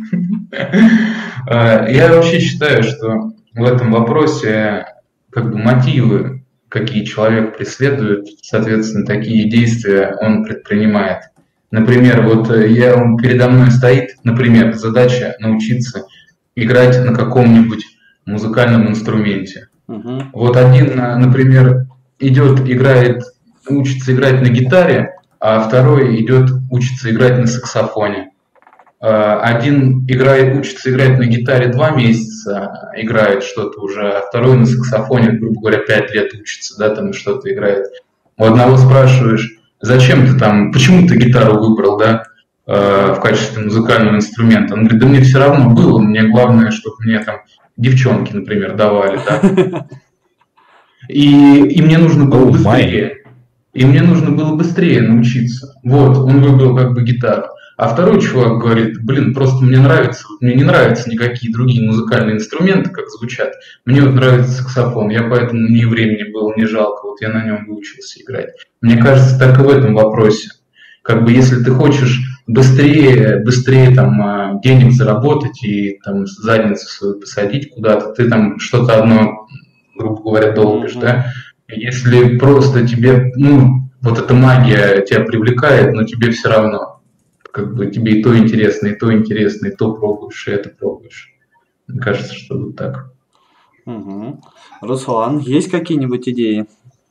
Я вообще считаю, что в этом вопросе как бы мотивы, какие человек преследует, соответственно, такие действия он предпринимает. Например, вот я, он передо мной стоит, например, задача научиться играть на каком-нибудь музыкальном инструменте. Uh-huh. Вот один, например, идет, играет, учится играть на гитаре, а второй идет, учится играть на саксофоне. Один играет, учится играть на гитаре два месяца, играет что-то уже, а второй на саксофоне, грубо говоря, пять лет учится, да, там что-то играет. У одного спрашиваешь, зачем ты там, почему ты гитару выбрал, да, э, в качестве музыкального инструмента? Он говорит, да мне все равно было, мне главное, чтобы мне там девчонки, например, давали, да. И, и мне нужно было oh, быстрее, и мне нужно было быстрее научиться. Вот, он выбрал как бы гитару. А второй чувак говорит, блин, просто мне нравится, мне не нравятся никакие другие музыкальные инструменты, как звучат. Мне вот нравится саксофон, я поэтому мне времени было не жалко, вот я на нем выучился играть. Мне кажется, так и в этом вопросе. Как бы если ты хочешь быстрее, быстрее там денег заработать и там задницу свою посадить куда-то, ты там что-то одно, грубо говоря, долбишь, mm-hmm. да? Если просто тебе, ну, вот эта магия тебя привлекает, но тебе все равно. Как бы тебе и то интересно, и то интересно, и то пробуешь, и это пробуешь. Мне кажется, что вот так. Угу. Руслан, есть какие-нибудь идеи?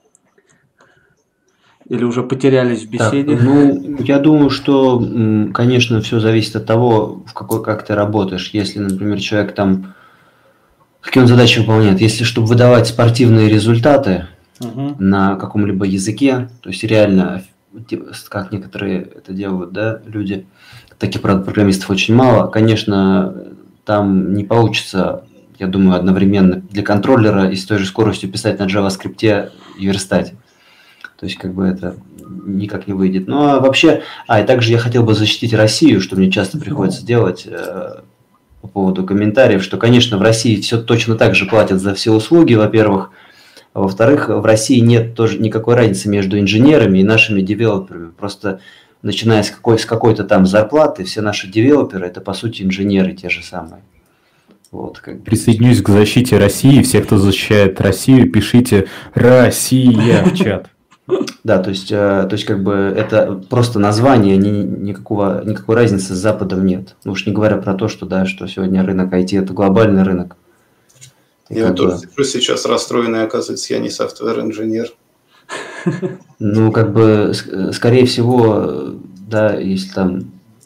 Или уже потерялись в беседе? Так, ну, я думаю, что, конечно, все зависит от того, в какой, как ты работаешь. Если, например, человек там, какие он задачи выполняет. Если, чтобы выдавать спортивные результаты угу. на каком-либо языке, то есть реально... как некоторые это делают, да, люди, таких, правда, программистов очень мало, конечно, там не получится, я думаю, одновременно для контроллера и с той же скоростью писать на JavaScript и верстать. То есть, как бы это никак не выйдет. Ну, а вообще, а, и также я хотел бы защитить Россию, что мне часто приходится делать э, по поводу комментариев, что, конечно, в России все точно так же платят за все услуги, во-первых. Во-вторых, в России нет тоже никакой разницы между инженерами и нашими девелоперами. Просто начиная с, какой, с какой-то там зарплаты, все наши девелоперы – это, по сути, инженеры те же самые. Вот, как... Присоединюсь к защите России. Все, кто защищает Россию, пишите «Россия» в чат. Да, то есть, то есть как бы это просто название, ни, никакого, никакой разницы с Западом нет. Ну уж не говоря про то, что, да, что сегодня рынок ай ти – это глобальный рынок. Я тоже бы... сейчас расстроенный, оказывается, я не софтвер-инженер. Ну, как бы, скорее всего, да, если там,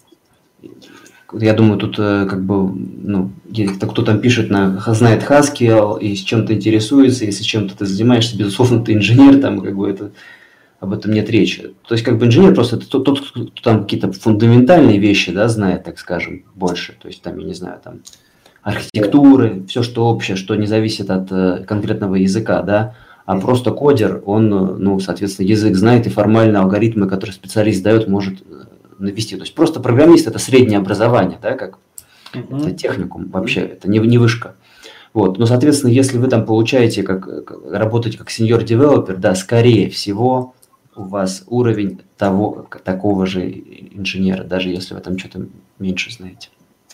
я думаю, тут как бы, ну, кто там пишет, на, знает Haskell и с чем-то интересуется, если чем-то ты занимаешься, безусловно, ты инженер, там, как бы, это, об этом нет речи. То есть, как бы, инженер просто это тот, кто там какие-то фундаментальные вещи, да, знает, так скажем, больше, то есть, там, я не знаю, там, архитектуры, все, что общее, что не зависит от э, конкретного языка, да, а просто кодер, он, ну, соответственно, язык знает и формально алгоритмы, которые специалист дает, может навести. То есть просто программист – это среднее образование, да, как Мгм. это техникум вообще, это не, не вышка. Вот. Но, соответственно, если вы там получаете, как, как- работаете как senior-девелопер, да, скорее всего, у вас уровень того, к- такого же инженера, даже если вы там что-то меньше знаете.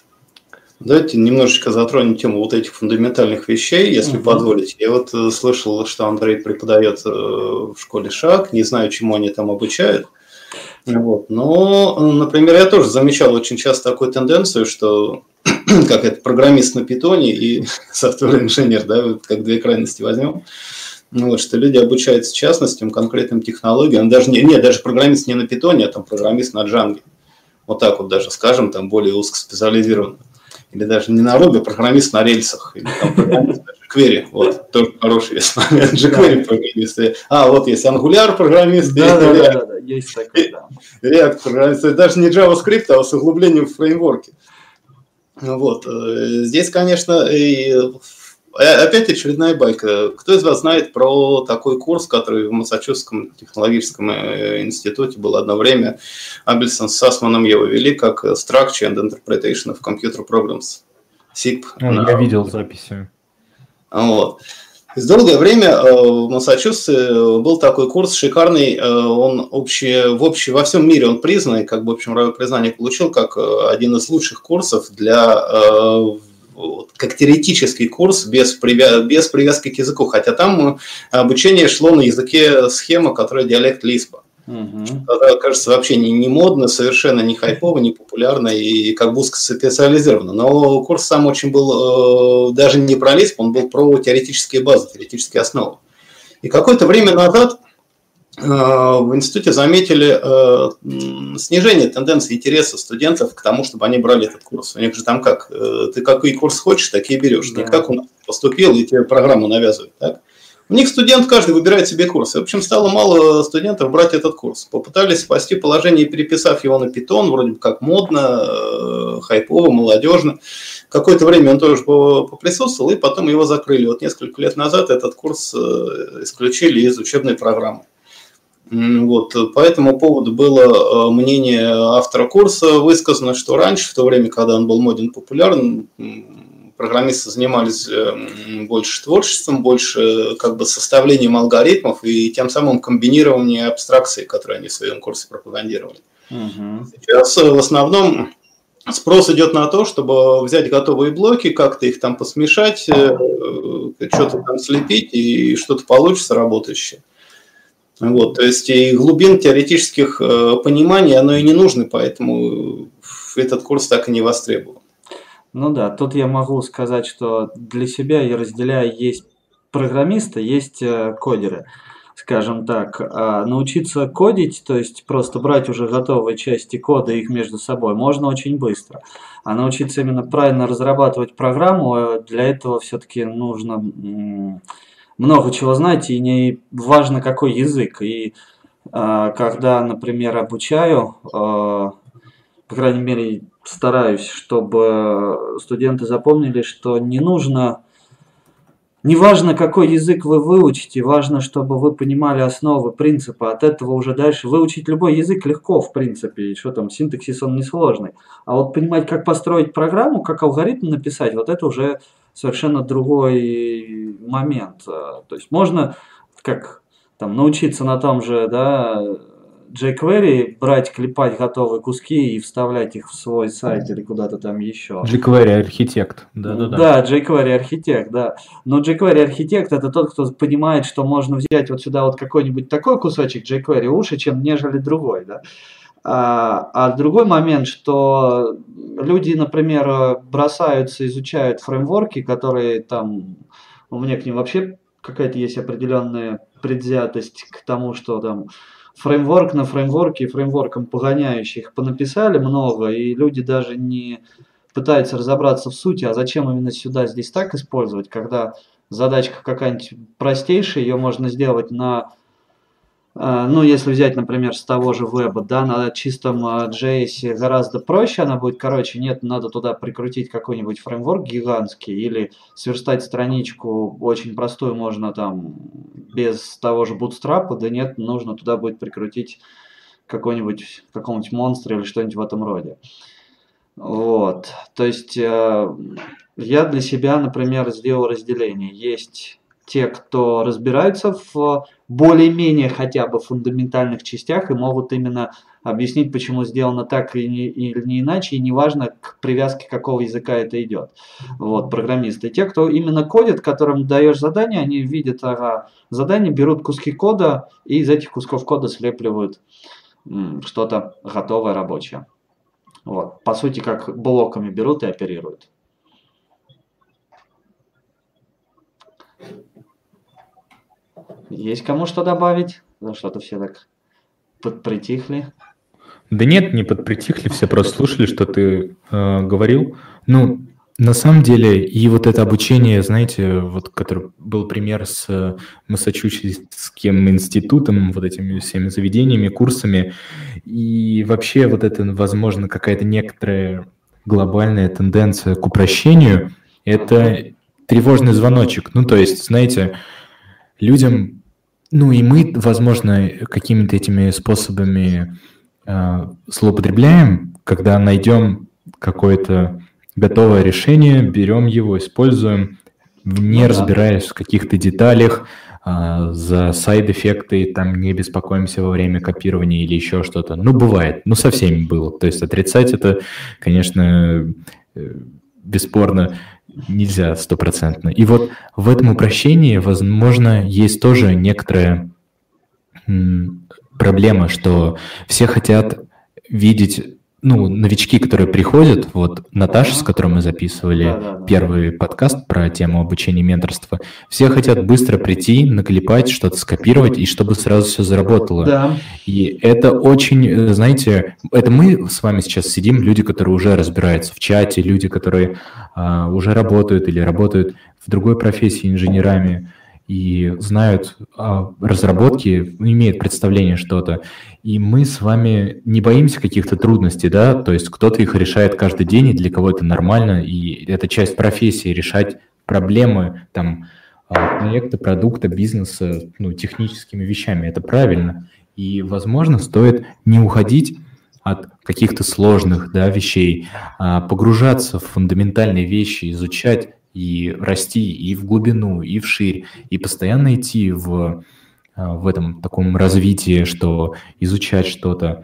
Давайте немножечко затронем тему вот этих фундаментальных вещей, если Мгм. позволите. Я вот э, слышал, что Андрей преподает э, в школе ШАГ, не знаю, чему они там обучают. Вот. Но, э, например, я тоже замечал очень часто такую тенденцию, что как это программист на питоне и софтвер-инженер, да, вот как две крайности возьмем. Ну, вот, что люди обучаются частностям, конкретным технологиям, даже не, нет, даже программист не на питоне, а там программист на джанге. Вот так вот даже, скажем, там более узкоспециализированно. Или даже не на Ruby, а программист на рельсах. Или там программист на jQuery. Вот, тоже хороший есть момент. jQuery программист. А, вот есть Angular программист, Да, есть да, React, да, да, да, есть такой, да. React программист. Это даже не JavaScript, а с углублением в фреймворке. Вот. э, Здесь, конечно, и, э, опять очередная байка. Кто из вас знает про такой курс, который в Массачусетском технологическом э, институте был одно время? Абельсон с Сасманом его вели как Structure and Interpretation of Computer Programs. сип. Ну, на- я видел записи. Вот. То есть долгое время э, в Массачусетсе был такой курс шикарный, э, он общий, в общем, во всем мире он признан, как бы общем признание получил, как э, один из лучших курсов для, э, вот, как теоретический курс без, привя- без привязки к языку, хотя там обучение шло на языке схема, которая диалект Лиспа. Мгм. Это, кажется, вообще не, не модно, совершенно не хайпово, не популярно и как бы узкоспециализировано. Но курс сам очень был э, даже не про Лисп, он был про теоретические базы, теоретические основы. И какое-то время назад э, в институте заметили э, м, снижение тенденции интереса студентов к тому, чтобы они брали этот курс. У них же там как, э, ты какой курс хочешь, такие берешь. Да. Не как у нас поступил и тебе программу навязывают, так? У них студент каждый выбирает себе курс. И, в общем, стало мало студентов брать этот курс. Попытались спасти положение, переписав его на питон, вроде бы как модно, э, хайпово, молодежно. Какое-то время он тоже поприсутствовал, и потом его закрыли. Вот несколько лет назад этот курс э, исключили из учебной программы. М, Вот, по этому поводу было э, мнение автора курса высказано, что раньше, в то время, когда он был моден, популярен, м, программисты занимались э, м, больше творчеством, больше э, как бы составлением алгоритмов и тем самым комбинированием абстракций, которые они в своем курсе пропагандировали. Мгм. Сейчас э, в основном спрос идет на то, чтобы взять готовые блоки, как-то их там посмешать, э, э, что-то там слепить, и что-то получится работающее. Вот, то есть и глубин теоретических э, пониманий оно и не нужно, поэтому этот курс так и не востребован. Ну да, тут я могу сказать, что для себя я разделяю, есть программисты, есть э, кодеры. Скажем так, А научиться кодить, то есть просто брать уже готовые части кода и их между собой, можно очень быстро. А научиться именно правильно разрабатывать программу, э, для этого все-таки нужно м, много чего знать, и не важно какой язык. И а, когда, например, обучаю, а, по крайней мере, стараюсь, чтобы студенты запомнили, что не нужно, не важно, какой язык вы выучите, важно, чтобы вы понимали основы, принципы. От этого уже дальше выучить любой язык легко, в принципе, и что там, синтаксис он несложный. А вот понимать, как построить программу, как алгоритм написать, вот это уже совершенно другой момент. А, То есть можно как там научиться на том же, да, jQuery, брать, клепать готовые куски и вставлять их в свой сайт или куда-то там еще. jQuery архитект. Да-да-да. Да, jQuery архитект, да. Но jQuery архитект это тот, кто понимает, что можно взять вот сюда вот какой-нибудь такой кусочек jQuery лучше, чем нежели другой, да. А, а другой момент, что люди, например, бросаются, изучают фреймворки, которые там, у меня к ним вообще какая-то есть определенная предвзятость к тому, что там фреймворк на фреймворке и фреймворком погоняющих понаписали много, и люди даже не пытаются разобраться в сути, а зачем именно сюда здесь так использовать, когда задачка какая-нибудь простейшая, ее можно сделать на, э, ну, если взять, например, с того же веба, да, на чистом э, джей эс гораздо проще она будет, короче, нет, надо туда прикрутить какой-нибудь фреймворк гигантский или сверстать страничку очень простую можно там без того же бутстрапа, да нет, нужно туда будет прикрутить какой-нибудь, какого-нибудь монстра или что-нибудь в этом роде. Вот. То есть э, я для себя, например, сделал разделение. Есть те, кто разбираются в более-менее хотя бы фундаментальных частях и могут именно объяснить, почему сделано так или не, или не иначе, и неважно, к привязке какого языка это идет. Вот, программисты. Те, кто именно кодит, которым даешь задание, они видят ага, задание, берут куски кода и из этих кусков кода слепливают м, что-то готовое, рабочее. Вот. По сути, как блоками берут и оперируют. Есть кому что добавить? Ну, что-то все так подпритихли. Да нет, не подпритихли, все просто слушали, что ты э, говорил. Ну, на самом деле, и вот это обучение, знаете, вот который был пример с Массачусетским институтом, вот этими всеми заведениями, курсами, и вообще вот это, возможно, какая-то некоторая глобальная тенденция к упрощению, это тревожный звоночек. Ну, то есть, знаете, людям, ну и мы, возможно, какими-то этими способами э, злоупотребляем, когда найдем какое-то готовое решение, берем его, используем, не ну, разбираясь да. в каких-то деталях, э, за сайд-эффекты, там не беспокоимся во время копирования или еще что-то. Ну, бывает, ну, со всеми было. То есть отрицать это, конечно, э, бесспорно, нельзя стопроцентно. И вот в этом упрощении, возможно, есть тоже некоторая м, проблема, что все хотят видеть, ну, новички, которые приходят, вот Наташа, с которой мы записывали да, да, да. первый подкаст про тему обучения и менторства, все хотят быстро прийти, наклепать, что-то скопировать, и чтобы сразу все заработало. Да. И это очень, знаете, это мы с вами сейчас сидим, люди, которые уже разбираются в чате, люди, которые а, уже работают или работают в другой профессии инженерами, и знают о разработке, имеют представление что-то. И мы с вами не боимся каких-то трудностей, да, то есть кто-то их решает каждый день, и для кого это нормально, и это часть профессии, решать проблемы, там, проекта, продукта, бизнеса, ну, техническими вещами, это правильно. И, возможно, стоит не уходить от каких-то сложных, да, вещей, а погружаться в фундаментальные вещи, изучать, и расти и в глубину, и вширь, и постоянно идти в, в этом таком развитии, что изучать что-то,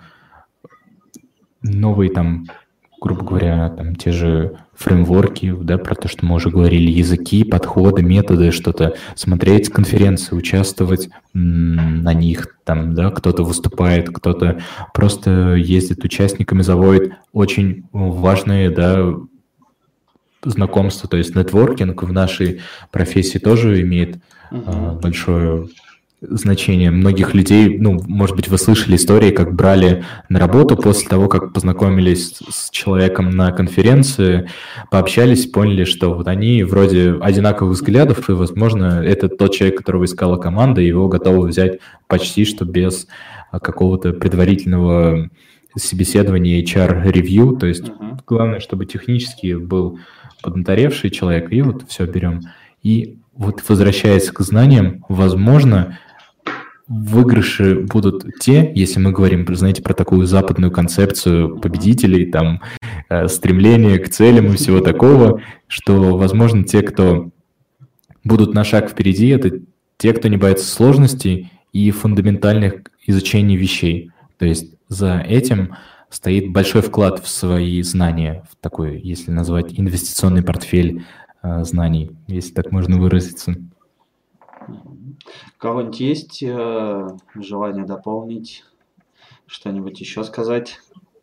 новые там, грубо говоря, там те же фреймворки, да, про то, что мы уже говорили, языки, подходы, методы, что-то, смотреть конференции, участвовать на них, там, да, кто-то выступает, кто-то просто ездит участниками, заводит очень важные, да, знакомство, то есть нетворкинг в нашей профессии тоже имеет uh-huh. большое значение. Многих людей, ну, может быть, вы слышали истории, как брали на работу после того, как познакомились с человеком на конференции, пообщались, поняли, что вот они вроде одинаковых взглядов, и, возможно, это тот человек, которого искала команда, и его готовы взять почти что без какого-то предварительного собеседования эйч ар-ревью, то есть uh-huh. главное, чтобы технически был поднаторевший человек, и вот все берем. И вот возвращаясь к знаниям, возможно, выигрыши будут те, если мы говорим, знаете, про такую западную концепцию победителей, там, стремление к целям и всего такого, что, возможно, те, кто будут на шаг впереди, это те, кто не боится сложностей и фундаментальных изучений вещей. То есть за этим стоит большой вклад в свои знания, в такой, если назвать, инвестиционный портфель э, знаний, если так можно выразиться. У кого-нибудь есть э, желание дополнить, что-нибудь еще сказать?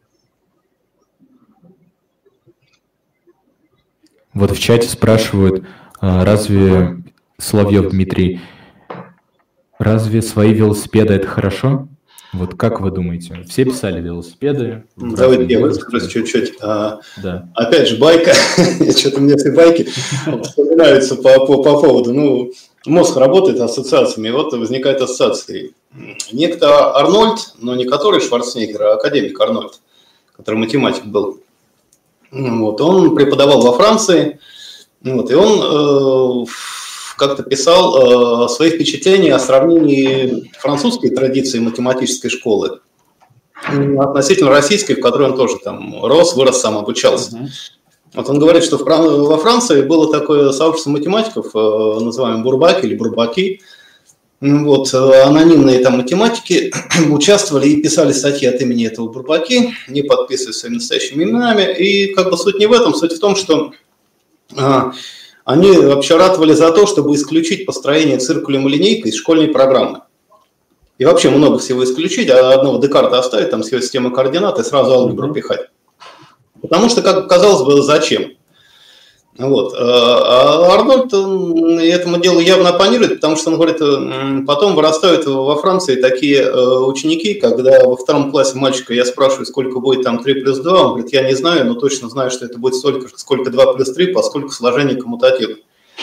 Вот в чате спрашивают, э, разве, Соловьев Дмитрий, разве свои велосипеды это хорошо? Вот как вы думаете? Все писали велосипеды? Давайте я выскажусь чуть-чуть. А, да. Опять же, байка. Что-то мне все байки вспоминаются по, по, по поводу. Ну, мозг работает ассоциациями, и вот возникает ассоциация. Некто Арнольд, но не который Шварценеггер, а академик Арнольд, который математик был. Вот, он преподавал во Франции, вот, и он... Э, как-то писал э, свои впечатления о сравнении французской традиции математической школы относительно российской, в которой он тоже там рос, вырос, сам обучался. Uh-huh. Вот он говорит, что во Франции было такое сообщество математиков, называемое бурбаки или бурбаки. Вот, анонимные там математики участвовали и писали статьи от имени этого бурбаки, не подписываясь своими настоящими именами. И как бы суть не в этом, суть в том, что а, они вообще ратовали за то, чтобы исключить построение циркулем и линейкой из школьной программы. И вообще много всего исключить, а одного Декарта оставить, там с его системой координат и сразу алгебру пихать. Потому что, как казалось бы, зачем? Вот. А Арнольд этому делу явно оппонирует, потому что он говорит, потом вырастают во Франции такие ученики, когда во втором классе мальчика я спрашиваю, сколько будет там три плюс два, он говорит, я не знаю, но точно знаю, что это будет столько, сколько два плюс три, поскольку сложение коммутативно.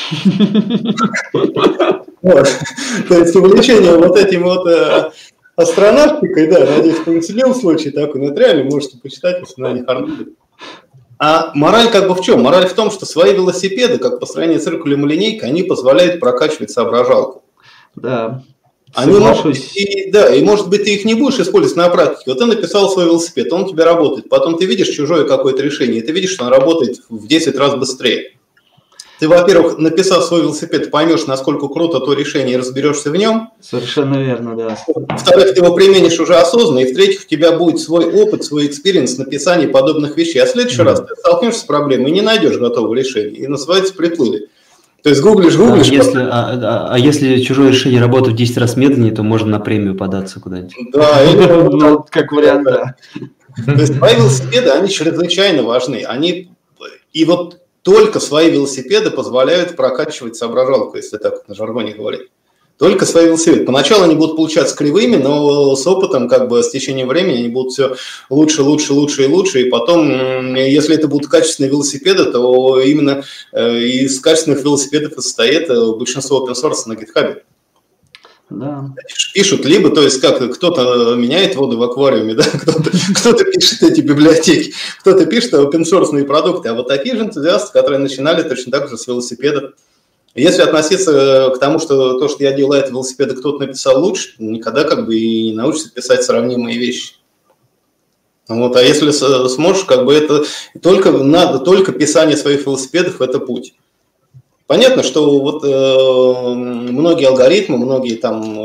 То есть увлечение вот этим вот астронавтикой, да, надеюсь, повеселил случай такой, но это реально можете почитать, если на них Арнольда. А мораль как бы в чем? Мораль в том, что свои велосипеды, как построение циркулем и линейкой, они позволяют прокачивать соображалку. Да. Они могут, и, да, и может быть ты их не будешь использовать на практике. Вот ты написал свой велосипед, он у тебя работает. Потом ты видишь чужое какое-то решение, и ты видишь, что он работает в десять раз быстрее. Ты, во-первых, написав свой велосипед, поймешь, насколько круто то решение, и разберешься в нем. Совершенно верно, да. Во-вторых, ты его применишь уже осознанно, и в-третьих, у тебя будет свой опыт, свой экспириенс написания подобных вещей. А в следующий mm-hmm. раз ты столкнешься с проблемой и не найдешь готового решения. И называется приплыли. То есть гуглишь, гуглишь. А если, а, а, а если чужое решение работает в десять раз медленнее, то можно на премию податься куда-нибудь. Да, ну, как вариант, да. То есть твои велосипеды, они чрезвычайно важны. Они и вот только свои велосипеды позволяют прокачивать соображалку, если так на жаргоне говорить. Только свои велосипеды. Поначалу они будут получаться кривыми, но с опытом, как бы с течением времени, они будут все лучше, лучше, лучше и лучше. И потом, если это будут качественные велосипеды, то именно из качественных велосипедов состоит большинство open source на GitHub. Да. Пишут либо, то есть как кто-то меняет воду в аквариуме, да, кто-то, кто-то пишет эти библиотеки, кто-то пишет open-source продукты, а вот такие же энтузиасты, которые начинали точно так же с велосипедов. Если относиться к тому, что то, что я делаю, это велосипеды кто-то написал лучше, никогда как бы и не научишься писать сравнимые вещи. Вот, а если сможешь, как бы это только надо, только писание своих велосипедов – это путь. Понятно, что вот э, многие алгоритмы, многие там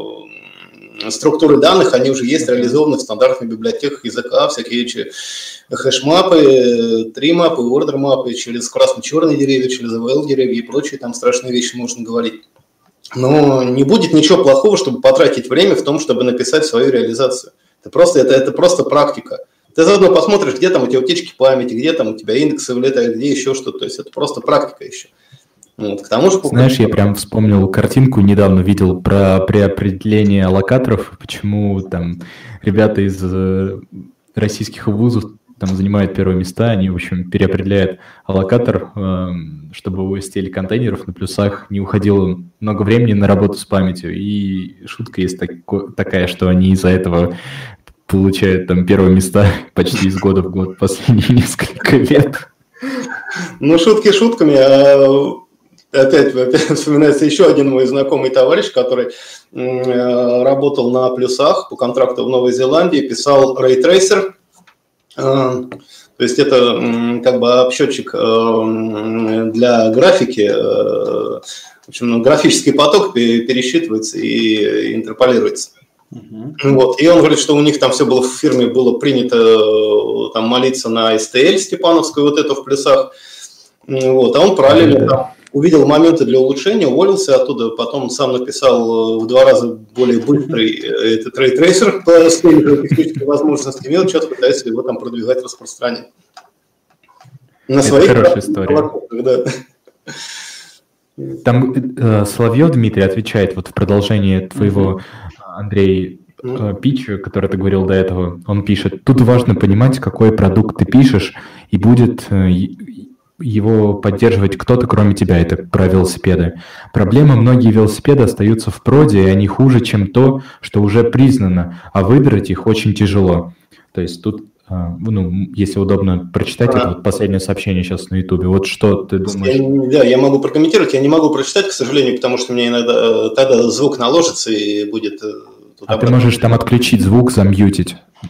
э, структуры данных, они уже есть реализованы в стандартных библиотеках языка, всякие хэш-мапы, три-мапы, ордер-мапы, через красно-черные деревья, через эй ви эл-деревья и прочие там страшные вещи можно говорить. Но не будет ничего плохого, чтобы потратить время в том, чтобы написать свою реализацию. Это просто, это, это просто практика. Ты заодно посмотришь, где там у тебя утечки памяти, где там у тебя индексы влетают, где еще что-то. То есть это просто практика еще. Вот, к тому же, знаешь, я прям вспомнил картинку, недавно видел про преопределение локаторов, почему там ребята из российских вузов там занимают первые места, они, в общем, переопределяют локатор, чтобы у эс ти эл-контейнеров на плюсах не уходило много времени на работу с памятью. И шутка есть тако, такая, что они из-за этого получают там первые места почти из года в год последние несколько лет. Ну, шутки шутками, а... Опять, опять вспоминается еще один мой знакомый товарищ, который э, работал на плюсах по контракту в Новой Зеландии, писал Ray Tracer. Э, то есть это э, как бы обсчетчик э, для графики. Э, в общем, графический поток пересчитывается и интерполируется. Uh-huh. Вот. И он говорит, что у них там все было в фирме, было принято там, молиться на эс ти эл степановскую, вот это в плюсах. Вот. А он параллельно uh-huh. там увидел моменты для улучшения, уволился оттуда, потом сам написал в два раза более быстрый этот Ray Tracer по своим техническим возможностям, и он что-то пытается его там продвигать, распространять. На это своих хорошая история. Да. Там э, Соловьев Дмитрий отвечает вот в продолжении твоего, Андрей, э, питча, который ты говорил до этого. Он пишет: тут важно понимать, какой продукт ты пишешь, и будет... Э, его поддерживать кто-то, кроме тебя. Это про велосипеды. Проблема: многие велосипеды остаются в проде, и они хуже, чем то, что уже признано, а выдрать их очень тяжело. То есть тут, ну, если удобно прочитать, а. это вот последнее сообщение сейчас на Ютубе. Вот что ты думаешь? Я, да, я могу прокомментировать, я не могу прочитать, к сожалению, потому что мне иногда тогда звук наложится и будет... А ты можешь там отключить звук, замьютить.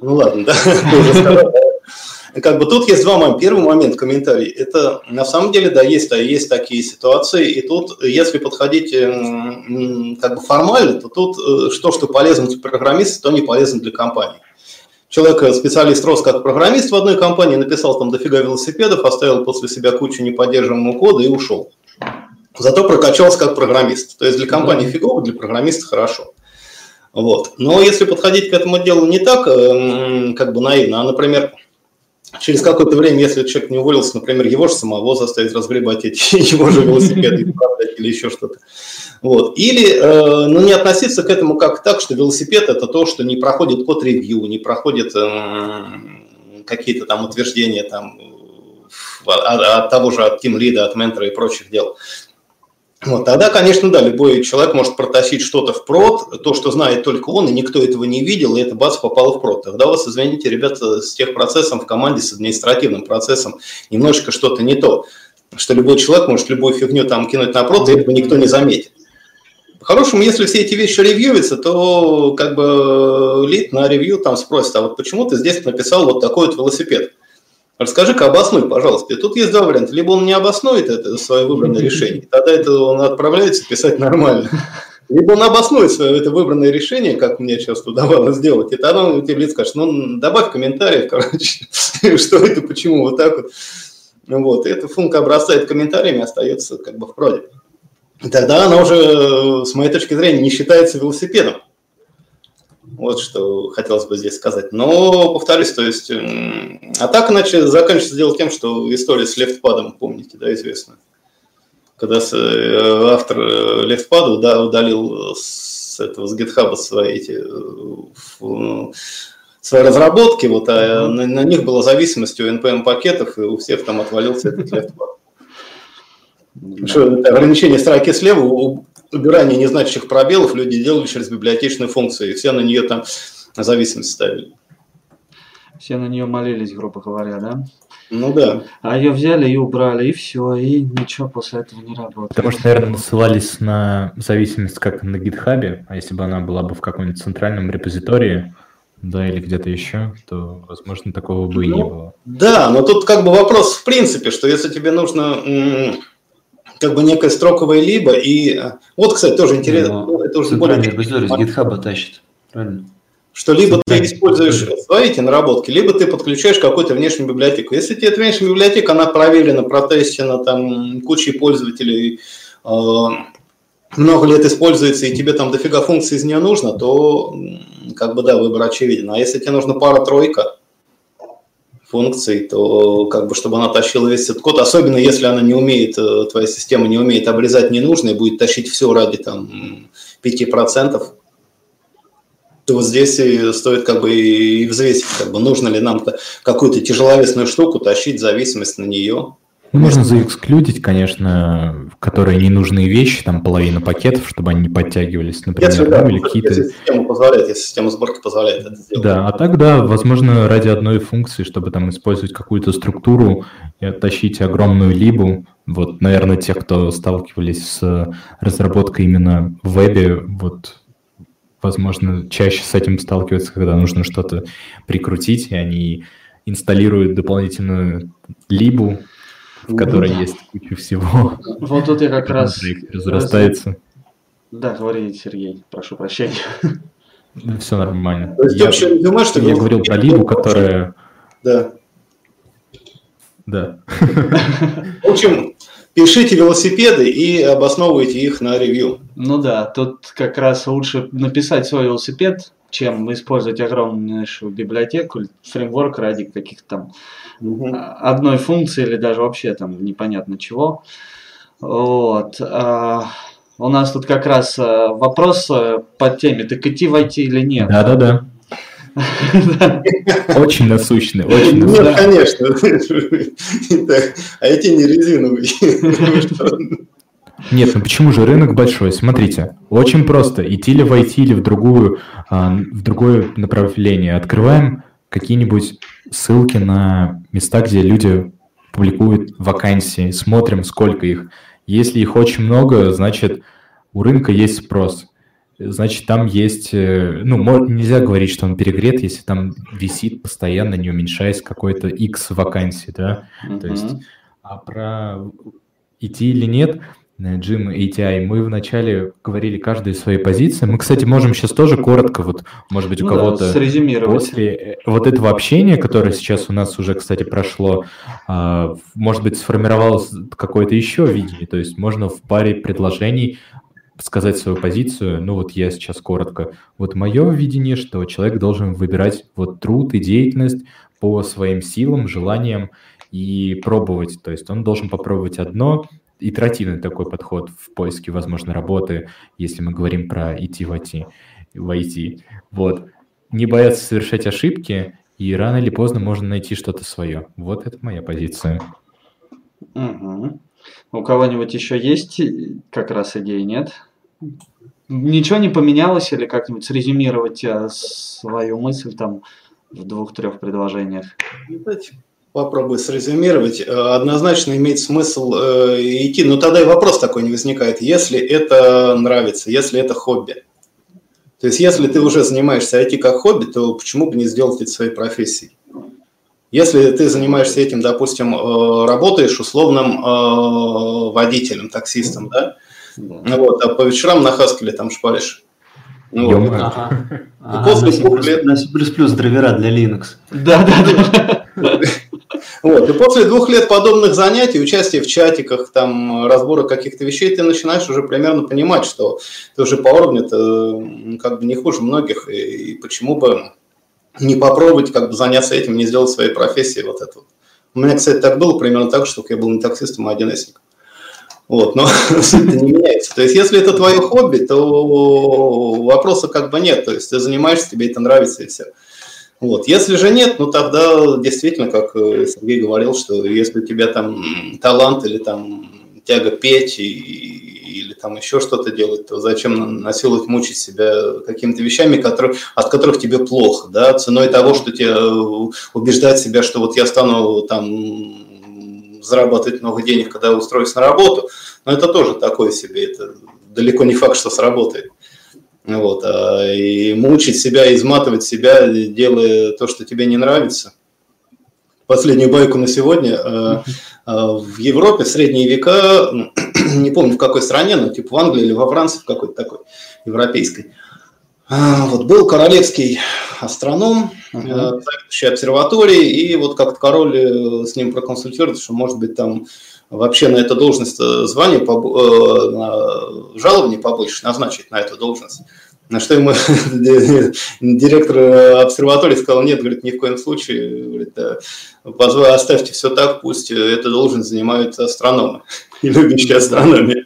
Ну ладно, да, ты уже сказал. Как бы тут есть два момента. Первый момент, комментарий. Это на самом деле, да, есть, да, есть такие ситуации. И тут, если подходить как бы формально, то тут что, что полезно для программиста, то не полезно для компании. Человек, специалист, рос как программист в одной компании, написал там дофига велосипедов, оставил после себя кучу неподдерживаемого кода и ушел. Зато прокачался как программист. То есть для компании фигово, для программиста хорошо. Вот. Но если подходить к этому делу не так, как бы наивно, а, например, через какое-то время, если человек не уволился, например, его же самого заставить разгребать эти его же велосипеды или еще что-то. Вот. Или э, ну, не относиться к этому как так, что велосипед – это то, что не проходит код-ревью, не проходит э, какие-то там утверждения там, от, от того же, от тимлида, от ментора и прочих дел. Вот, тогда, конечно, да, любой человек может протащить что-то в прод, то, что знает только он, и никто этого не видел, и это бац, попало в прод. Тогда у вас, извините, ребята, с техпроцессом в команде, с административным процессом немножечко что-то не то. Что любой человек может любую фигню там кинуть на прод, и этого никто не заметит. По-хорошему, если все эти вещи ревьюются, то как бы лид на ревью там спросит, а вот почему ты здесь написал вот такой вот велосипед? Расскажи-ка, обоснуй, пожалуйста. И тут есть два варианта. Либо он не обоснует это свое выбранное решение, тогда это он отправляется писать нормально. Либо он обоснует свое это выбранное решение, как мне часто удавалось сделать, и тогда он тебе скажет, ну, добавь комментариев, короче, что это, почему, вот так вот. Вот. И эта функция обрастает комментариями, остается как бы в проде. И тогда она уже, с моей точки зрения, не считается велосипедом. Вот что хотелось бы здесь сказать. Но, повторюсь, то есть, а так иначе заканчивается дело тем, что история с лефтпадом, помните, да, известная. Когда автор лефтпада да, удалил с этого, с GitHub свои эти, свои разработки, вот, а на, на них была зависимость у эн пи эм-пакетов, и у всех там отвалился этот лефтпад. Что, ограничение строки слева, убирание незначащих пробелов люди делали через библиотечную функцию, и все на нее там зависимость ставили. Все на нее молились, грубо говоря, да? Ну да. А ее взяли и убрали, и все, и ничего после этого не работает. Потому что, наверное, ссылались на зависимость как на GitHub, а если бы она была бы в каком-нибудь центральном репозитории, да, или где-то еще, то, возможно, такого бы и ну, не было. Да, но тут как бы вопрос в принципе, что если тебе нужно... как бы некое строковое либо, и вот, кстати, тоже интересно, ну, это уже более... Репозиторий с GitHub тащит, правильно? Что либо ты используешь свои эти наработки, либо ты подключаешь какую-то внешнюю библиотеку. Если тебе эта внешняя библиотека, она проверена, протестена, там кучей пользователей, э, много лет используется, и тебе там дофига функций из нее нужно, то как бы да, выбор очевиден. А если тебе нужна пара-тройка функций, то как бы чтобы она тащила весь этот код, особенно если она не умеет, твоя система не умеет обрезать ненужное, будет тащить все ради там пяти процентов, то вот здесь и стоит как бы и взвесить, как бы нужно ли нам какую-то тяжеловесную штуку тащить, зависимость на нее. Можно заэксклюдить, конечно, которые ненужные вещи, там половина пакетов, чтобы они не подтягивались, например, если, ну, да, или какие-то... Если система позволяет, если система сборки позволяет это сделать. Да, а тогда, возможно, ради одной функции, чтобы там использовать какую-то структуру и оттащить огромную либу. Вот, наверное, те, кто сталкивались с разработкой именно в вебе, вот, возможно, чаще с этим сталкиваются, когда нужно что-то прикрутить, и они инсталируют дополнительную либу, в которой mm-hmm. есть куча всего. Вот тут я как раз... Разрастается. Да, говори, Сергей, прошу прощения. Да, все нормально. То есть я вообще, думаешь, что я говорил про либу, которая... Да. Да. В общем, пишите велосипеды и обосновывайте их на ревью. Ну да, тут как раз лучше написать свой велосипед, чем использовать огромную библиотеку, фреймворк ради каких-то там угу. одной функции или даже вообще там непонятно чего. Вот. А у нас тут как раз вопрос по теме, так идти в ай ти или нет? Да-да-да. Очень насущный, очень насущный. Нет, конечно. ай ти не резиновый. Нет, ну почему же рынок большой? Смотрите, очень просто. Идти ли в ай ти или в, другую, в другое направление. Открываем какие-нибудь ссылки на места, где люди публикуют вакансии, смотрим, сколько их. Если их очень много, значит, у рынка есть спрос. значит, там есть, э, ну, мо- нельзя говорить, что он перегрет, если там висит постоянно, не уменьшаясь, какой-то X вакансий, да, то есть, Мгм. а про идти или нет, э, Джим и эй ти ай, мы вначале говорили каждой своей позиции. Мы, кстати, можем сейчас тоже коротко, вот, может быть, у Ну да, кого-то срезюмировать. после э, вот этого общения, которое сейчас у нас уже, кстати, прошло, а, в- может быть, сформировалось какое-то еще видение, то есть можно в паре предложений сказать свою позицию. Ну вот я сейчас коротко. Вот мое видение, что человек должен выбирать вот труд и деятельность по своим силам, желаниям и пробовать. То есть он должен попробовать одно, итеративный такой подход в поиске возможной работы, если мы говорим про идти в ай ти. В ай ти. Вот. Не бояться совершать ошибки, и рано или поздно можно найти что-то свое. Вот это моя позиция. Мгм. У кого-нибудь еще есть э, как раз идеи, нет? Ничего не поменялось или как-нибудь срезюмировать э, свою мысль там в двух-трех предложениях? Давайте попробую срезюмировать. Э, Однозначно имеет смысл э, идти, но тогда и вопрос такой не возникает, если это нравится, если это хобби. То есть, если ты уже занимаешься ай ти как хобби, то почему бы не сделать это своей профессией? Если ты занимаешься этим, допустим, э, работаешь условным э, водителем, таксистом, да, Да. ну вот, а по вечерам на Хаскеле там шпаришь. Ну, вот. Ё-моё. Ага. И Ага, после на C++, двух лет- на C++ драйвера для Linux. Да, да, да. Вот. И после двух лет подобных занятий, участия в чатиках, там, разбора каких-то вещей, ты начинаешь уже примерно понимать, что ты уже по уровню как бы не хуже многих, и, и почему бы не попробовать как бы заняться этим, не сделать своей профессией вот это вот. У меня, кстати, так было, примерно так, что я был не таксистом, а один эсником. Вот, но суть-то не меняется. То есть, если это твое хобби, то вопроса как бы нет. То есть, ты занимаешься, тебе это нравится и все. Вот. Если же нет, ну тогда действительно, как Сергей говорил, что если у тебя там талант или там тяга петь и, или там еще что-то делать, то зачем насиловать, мучить себя какими-то вещами, которые, от которых тебе плохо, да, ценой того, что тебе убеждать себя, что вот я стану там зарабатывать много денег, когда я устроюсь на работу, но это тоже такое себе, это далеко не факт, что сработает. Вот, а и мучить себя, изматывать себя, делая то, что тебе не нравится. Последнюю байку на сегодня. В Европе в средние века, не помню в какой стране, но типа в Англии или во Франции, в какой-то такой европейской, вот, был королевский астроном, uh-huh. заведующий обсерваторией, и вот как-то король с ним проконсультировался, что, может быть, там вообще на эту должность звание, жалование побольше назначить на эту должность. На что ему директор обсерватории сказал: нет, говорит, ни в коем случае, говорит, оставьте все так, пусть эту должность занимают астрономы и любящие астрономию.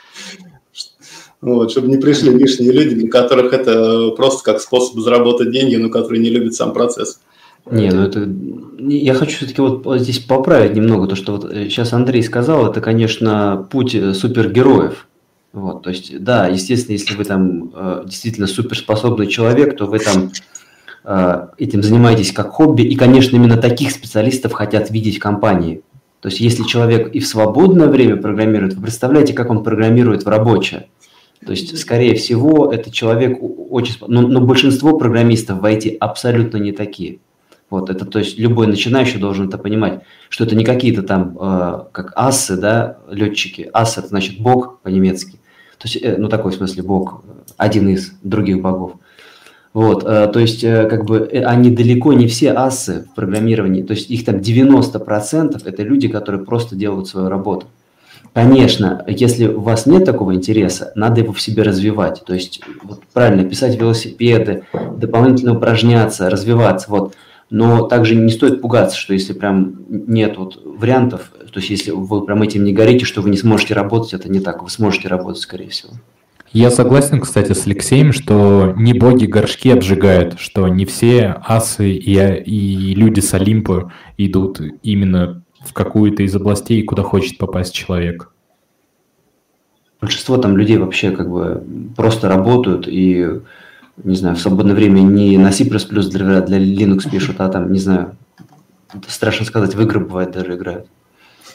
Вот, чтобы не пришли лишние люди, для которых это просто как способ заработать деньги, но которые не любят сам процесс. Не, ну это... Я хочу все-таки вот здесь поправить немного то, что вот сейчас Андрей сказал, это, конечно, путь супергероев. Вот, то есть, да, естественно, если вы там э, действительно суперспособный человек, то вы там э, этим занимаетесь как хобби, и, конечно, именно таких специалистов хотят видеть компании. То есть, если человек и в свободное время программирует, вы представляете, как он программирует в рабочее. То есть, скорее всего, это человек очень... Но, но большинство программистов в ай ти абсолютно не такие. Вот, это, то есть, любой начинающий должен это понимать, что это не какие-то там, э, как ассы, да, летчики. Ас – это значит бог по-немецки. То есть, э, ну, такой в смысле бог, один из других богов. Вот, э, то есть, э, как бы, э, они далеко не все ассы в программировании. То есть, их там девяносто процентов – это люди, которые просто делают свою работу. Конечно, если у вас нет такого интереса, надо его в себе развивать. То есть, вот, правильно, писать велосипеды, дополнительно упражняться, развиваться, вот. Но также не стоит пугаться, что если прям нет вот вариантов, то есть если вы прям этим не горите, что вы не сможете работать, это не так, вы сможете работать, скорее всего. Я согласен, кстати, с Алексеем, что не боги горшки обжигают, что не все асы и, и люди с Олимпа идут именно в какую-то из областей, куда хочет попасть человек. Большинство там людей вообще как бы просто работают и... не знаю, в свободное время не на C++ для, для Linux пишут, а там, не знаю, страшно сказать, в игры бывает даже играют.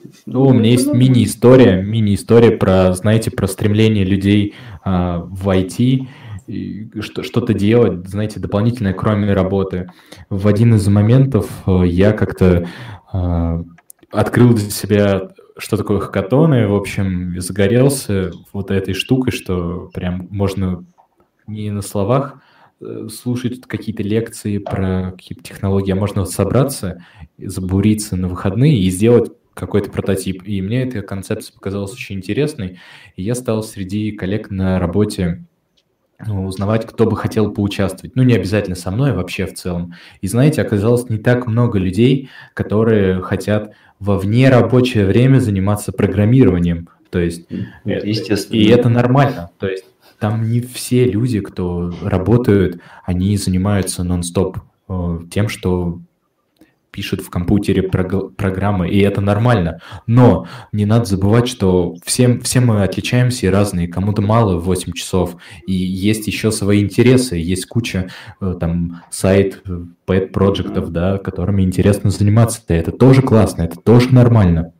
Ну, у меня есть мини-история, мини-история про, знаете, про стремление людей а, в ай ти, и что, что-то делать, знаете, дополнительное, кроме работы. В один из моментов а, я как-то а, открыл для себя, что такое хакатоны, в общем, загорелся вот этой штукой, что прям можно не на словах э, слушать какие-то лекции про какие-то технологии, а можно вот собраться, забуриться на выходные и сделать какой-то прототип. И мне эта концепция показалась очень интересной, и я стал среди коллег на работе ну, узнавать, кто бы хотел поучаствовать. Ну, не обязательно со мной, а вообще в целом. И знаете, оказалось не так много людей, которые хотят во внерабочее время заниматься программированием. То есть, Естественно. И это нормально. То есть там не все люди, кто работают, они занимаются нон-стоп э, тем, что пишут в компьютере прог- программы, и это нормально. Но не надо забывать, что все, все мы отличаемся и разные. Кому-то мало восемь часов, и есть еще свои интересы. Есть куча э, там сайт, пэт-проектов, да, которыми интересно заниматься. И это тоже классно, это тоже нормально.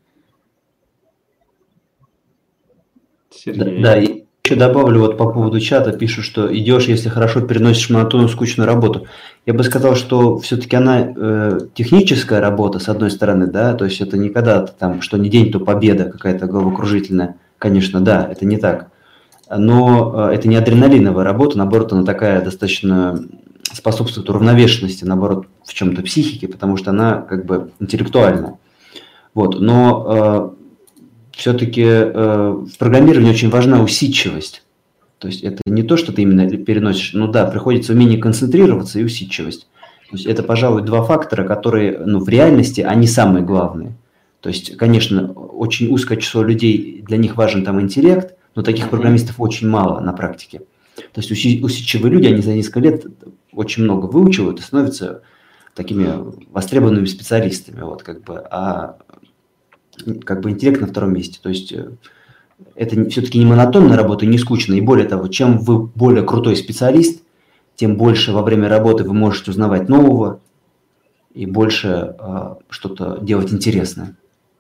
Сергей. Да, да, и еще добавлю вот по поводу чата, пишут, что идешь, если хорошо переносишь монотонную, скучную работу. Я бы сказал, что все-таки она э, техническая работа, с одной стороны, да, то есть это не когда-то там, что не день, то победа какая-то головокружительная. Конечно, да, это не так. Но э, это не адреналиновая работа, наоборот, она такая достаточно способствует уравновешенности, наоборот, в чем-то психике, потому что она как бы интеллектуальная. Вот, но... Э, все-таки э, в программировании очень важна усидчивость. То есть это не то, что ты именно переносишь. Ну да, приходится умение концентрироваться и усидчивость. То есть это, пожалуй, два фактора, которые ну, в реальности, они самые главные. То есть, конечно, очень узкое число людей, для них важен там интеллект, но таких программистов очень мало на практике. То есть усидчивые люди, они за несколько лет очень много выучивают и становятся такими востребованными специалистами. Вот, как бы, а как бы интеллект на втором месте. То есть это все-таки не монотонная работа, не скучная. И более того, чем вы более крутой специалист, тем больше во время работы вы можете узнавать нового и больше э, что-то делать интересное.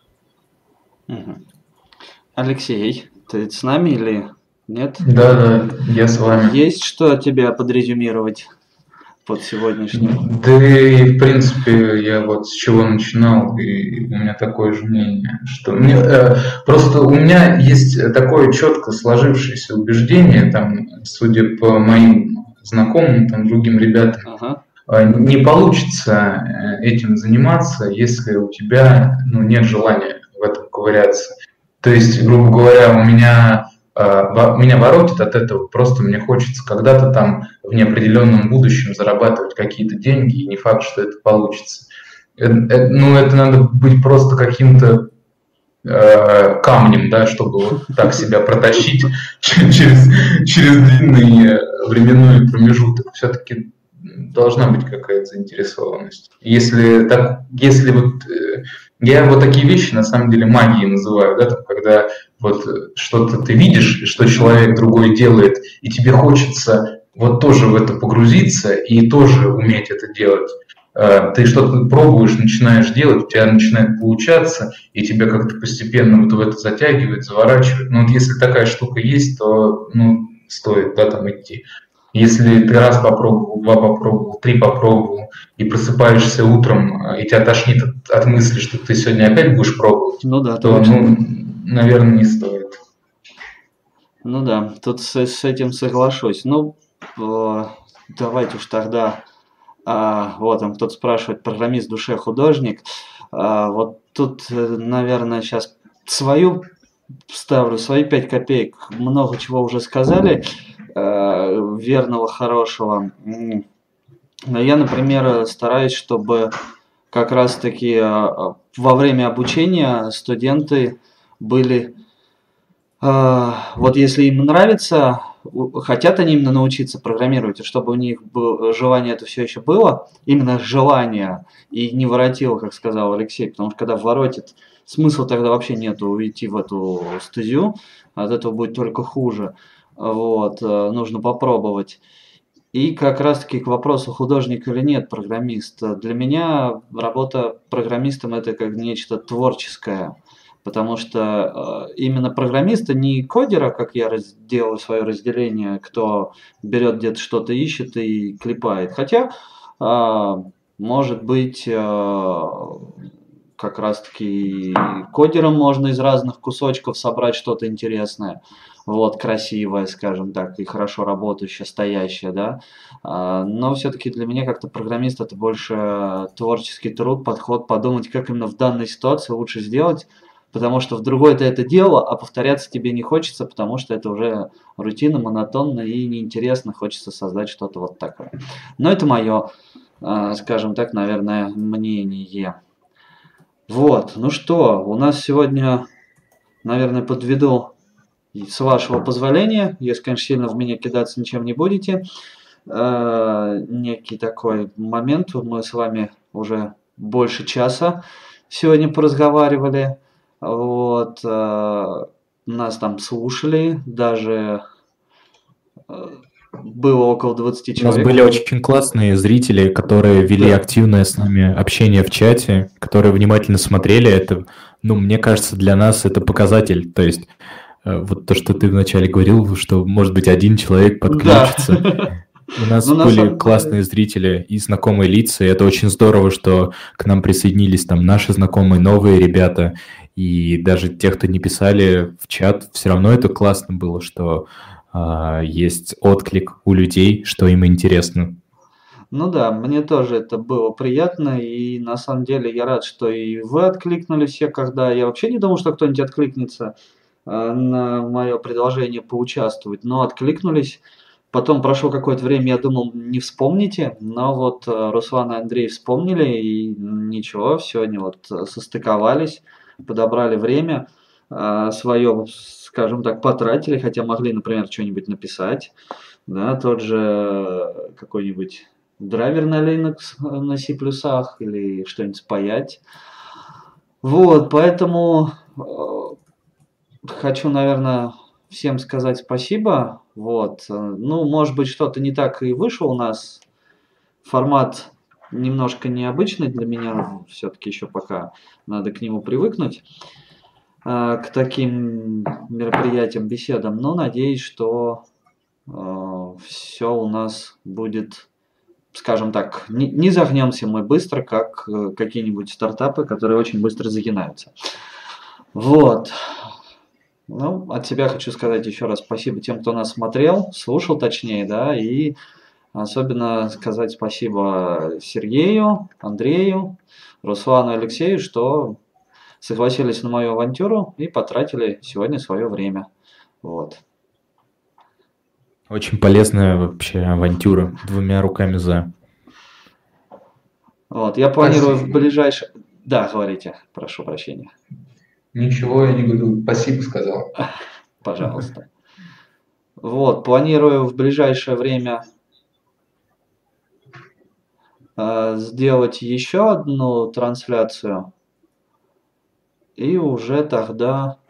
Угу. Алексей, ты с нами или нет? Да, да, я с вами. Есть что тебе подрезюмировать под сегодняшним? Да и, в принципе, я вот с чего начинал, и у меня такое же мнение, что мне, э, просто у меня есть такое четко сложившееся убеждение, там, судя по моим знакомым, там, другим ребятам, ага. не получится этим заниматься, если у тебя, ну, нет желания в этом ковыряться. То есть, грубо говоря, у меня... меня воротит от этого, просто мне хочется когда-то там в неопределенном будущем зарабатывать какие-то деньги, и не факт, что это получится. Это, это, ну, это надо быть просто каким-то э, камнем, да, чтобы вот так себя протащить через, через длинный временной промежуток. Все-таки должна быть какая-то заинтересованность. Если, так, если вот... Э, я вот такие вещи на самом деле магией называю, да, там, когда вот что-то ты видишь, что человек другой делает, и тебе хочется вот тоже в это погрузиться и тоже уметь это делать. Ты что-то пробуешь, начинаешь делать, у тебя начинает получаться, и тебя как-то постепенно вот в это затягивает, заворачивает. Но вот если такая штука есть, то ну, стоит, да, там идти. Если ты раз попробовал, два попробовал, три попробовал, и просыпаешься утром, и тебя тошнит от, от мысли, что ты сегодня опять будешь пробовать, ну да, то, ну, наверное, не стоит. Ну да, тут с, с этим соглашусь. Ну, э, давайте уж тогда, э, вот там кто-то спрашивает, программист в душе художник. Э, вот тут, э, наверное, сейчас свою ставлю, свои пять копеек. Много чего уже сказали. Верного, хорошего. Но я, например, стараюсь, чтобы как раз-таки во время обучения студенты были, вот если им нравится, хотят они именно научиться программировать, и чтобы у них было, желание это все еще было, именно желание, и не воротило, как сказал Алексей, потому что когда воротит, смысла тогда вообще нету уйти в эту стезю, от этого будет только хуже. Вот, нужно попробовать. И как раз-таки к вопросу, художник или нет программист. Для меня работа программистом это как нечто творческое, Потому что э, именно программиста, не кодера, как я раз, делаю свое разделение, кто берет где-то что-то ищет и клепает. Хотя, э, может быть, э, как раз-таки кодером можно из разных кусочков собрать что-то интересное, вот, красивое, скажем так, и хорошо работающее, стоящее, да. А, но все-таки для меня как-то программист это больше творческий труд, подход, подумать, как именно в данной ситуации лучше сделать, потому что в другой ты это делал, а повторяться тебе не хочется, потому что это уже рутина, монотонно и неинтересно, хочется создать что-то вот такое. Но это мое, скажем так, наверное, мнение. Вот, ну что, у нас сегодня, наверное, подведу, с вашего позволения, если, конечно, сильно в меня кидаться ничем не будете, э, некий такой момент, мы с вами уже больше часа сегодня поразговаривали, вот, э, нас там слушали, даже э, было около двадцати человек. У нас были очень классные зрители, которые вели да. активное с нами общение в чате, которые внимательно смотрели. Это, ну, мне кажется, для нас это показатель. То есть, вот то, что ты вначале говорил, что, может быть, один человек подключится. Да. У нас ну, были классные зрители и знакомые лица, и это очень здорово, что к нам присоединились там наши знакомые, новые ребята, и даже те, кто не писали в чат, все равно это классно было, что а, есть отклик у людей, что им интересно. Ну да, мне тоже это было приятно, и на самом деле я рад, что и вы откликнулись все, когда я вообще не думал, что кто-нибудь откликнется на мое предложение поучаствовать, но откликнулись. Потом прошло какое-то время, я думал, не вспомните, но вот Руслан и Андрей вспомнили, и ничего, сегодня вот состыковались, подобрали время, свое, скажем так, потратили, хотя могли, например, что-нибудь написать, да, тот же какой-нибудь драйвер на Linux, на C++ или что-нибудь спаять. Вот, поэтому хочу, наверное, всем сказать спасибо. Вот. Ну, может быть, что-то не так и вышло у нас. Формат немножко необычный для меня. Все-таки еще пока надо к нему привыкнуть. К таким мероприятиям, беседам. Но надеюсь, что все у нас будет, скажем так, не, не загнемся мы быстро, как какие-нибудь стартапы, которые очень быстро загинаются. Вот. Ну, от себя хочу сказать еще раз спасибо тем, кто нас смотрел, слушал точнее, да, и особенно сказать спасибо Сергею, Андрею, Руслану и Алексею, что согласились на мою авантюру и потратили сегодня свое время. Вот. Очень полезная вообще авантюра, двумя руками за. Вот, я планирую спасибо. В ближайшее... Да, говорите, прошу прощения. Ничего я не говорю, спасибо сказал. Пожалуйста. Вот, планирую в ближайшее время э, сделать еще одну трансляцию. И уже тогда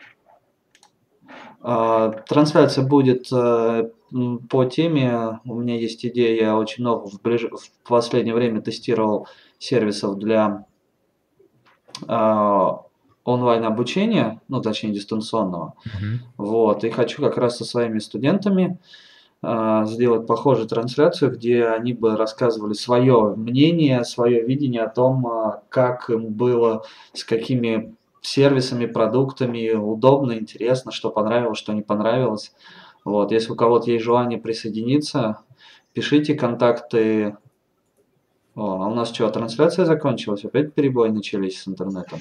э, трансляция будет э, по теме. У меня есть идея, я очень много в, ближ... в последнее время тестировал сервисов для э, онлайн-обучения, ну, точнее, дистанционного. Mm-hmm. Вот, и хочу как раз со своими студентами э, сделать похожую трансляцию, где они бы рассказывали свое мнение, свое видение о том, э, как им было, с какими сервисами, продуктами удобно, интересно, что понравилось, что не понравилось. Вот, если у кого-то есть желание присоединиться, пишите контакты. О, а у нас что, трансляция закончилась? Опять перебои начались с интернетом?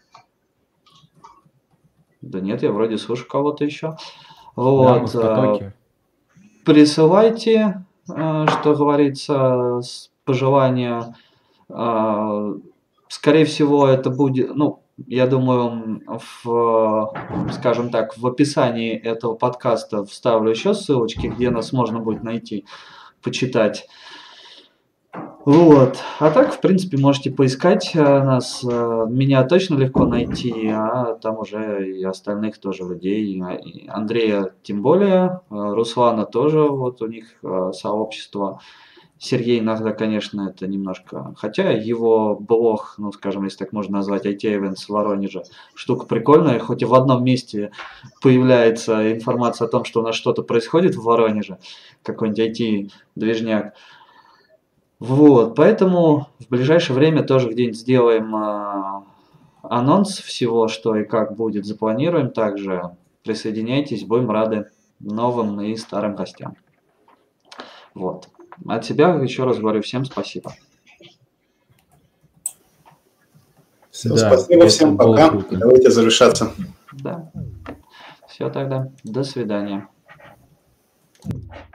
Да нет, я вроде слышу кого-то еще. Вот. Да, присылайте, что говорится, пожелания. Скорее всего, это будет, ну, я думаю, в, скажем так, в описании этого подкаста вставлю еще ссылочки, где нас можно будет найти, почитать. Вот. А так, в принципе, можете поискать нас. Меня точно легко найти, а там уже и остальных тоже людей. И Андрея тем более, Руслана тоже, вот у них сообщество Сергей иногда, конечно, это немножко... Хотя его блог, ну, скажем, если так можно назвать, ай ти Events в Воронеже, штука прикольная. Хоть и в одном месте появляется информация о том, что у нас что-то происходит в Воронеже, какой-нибудь ай ти-движняк. Вот, поэтому в ближайшее время тоже где-нибудь сделаем а, анонс всего, что и как будет, запланируем. Также присоединяйтесь, будем рады новым и старым гостям. Вот. От себя еще раз говорю всем спасибо. Все, Да, спасибо это всем, было пока. круто. Давайте завершаться. Да. Все тогда. До свидания.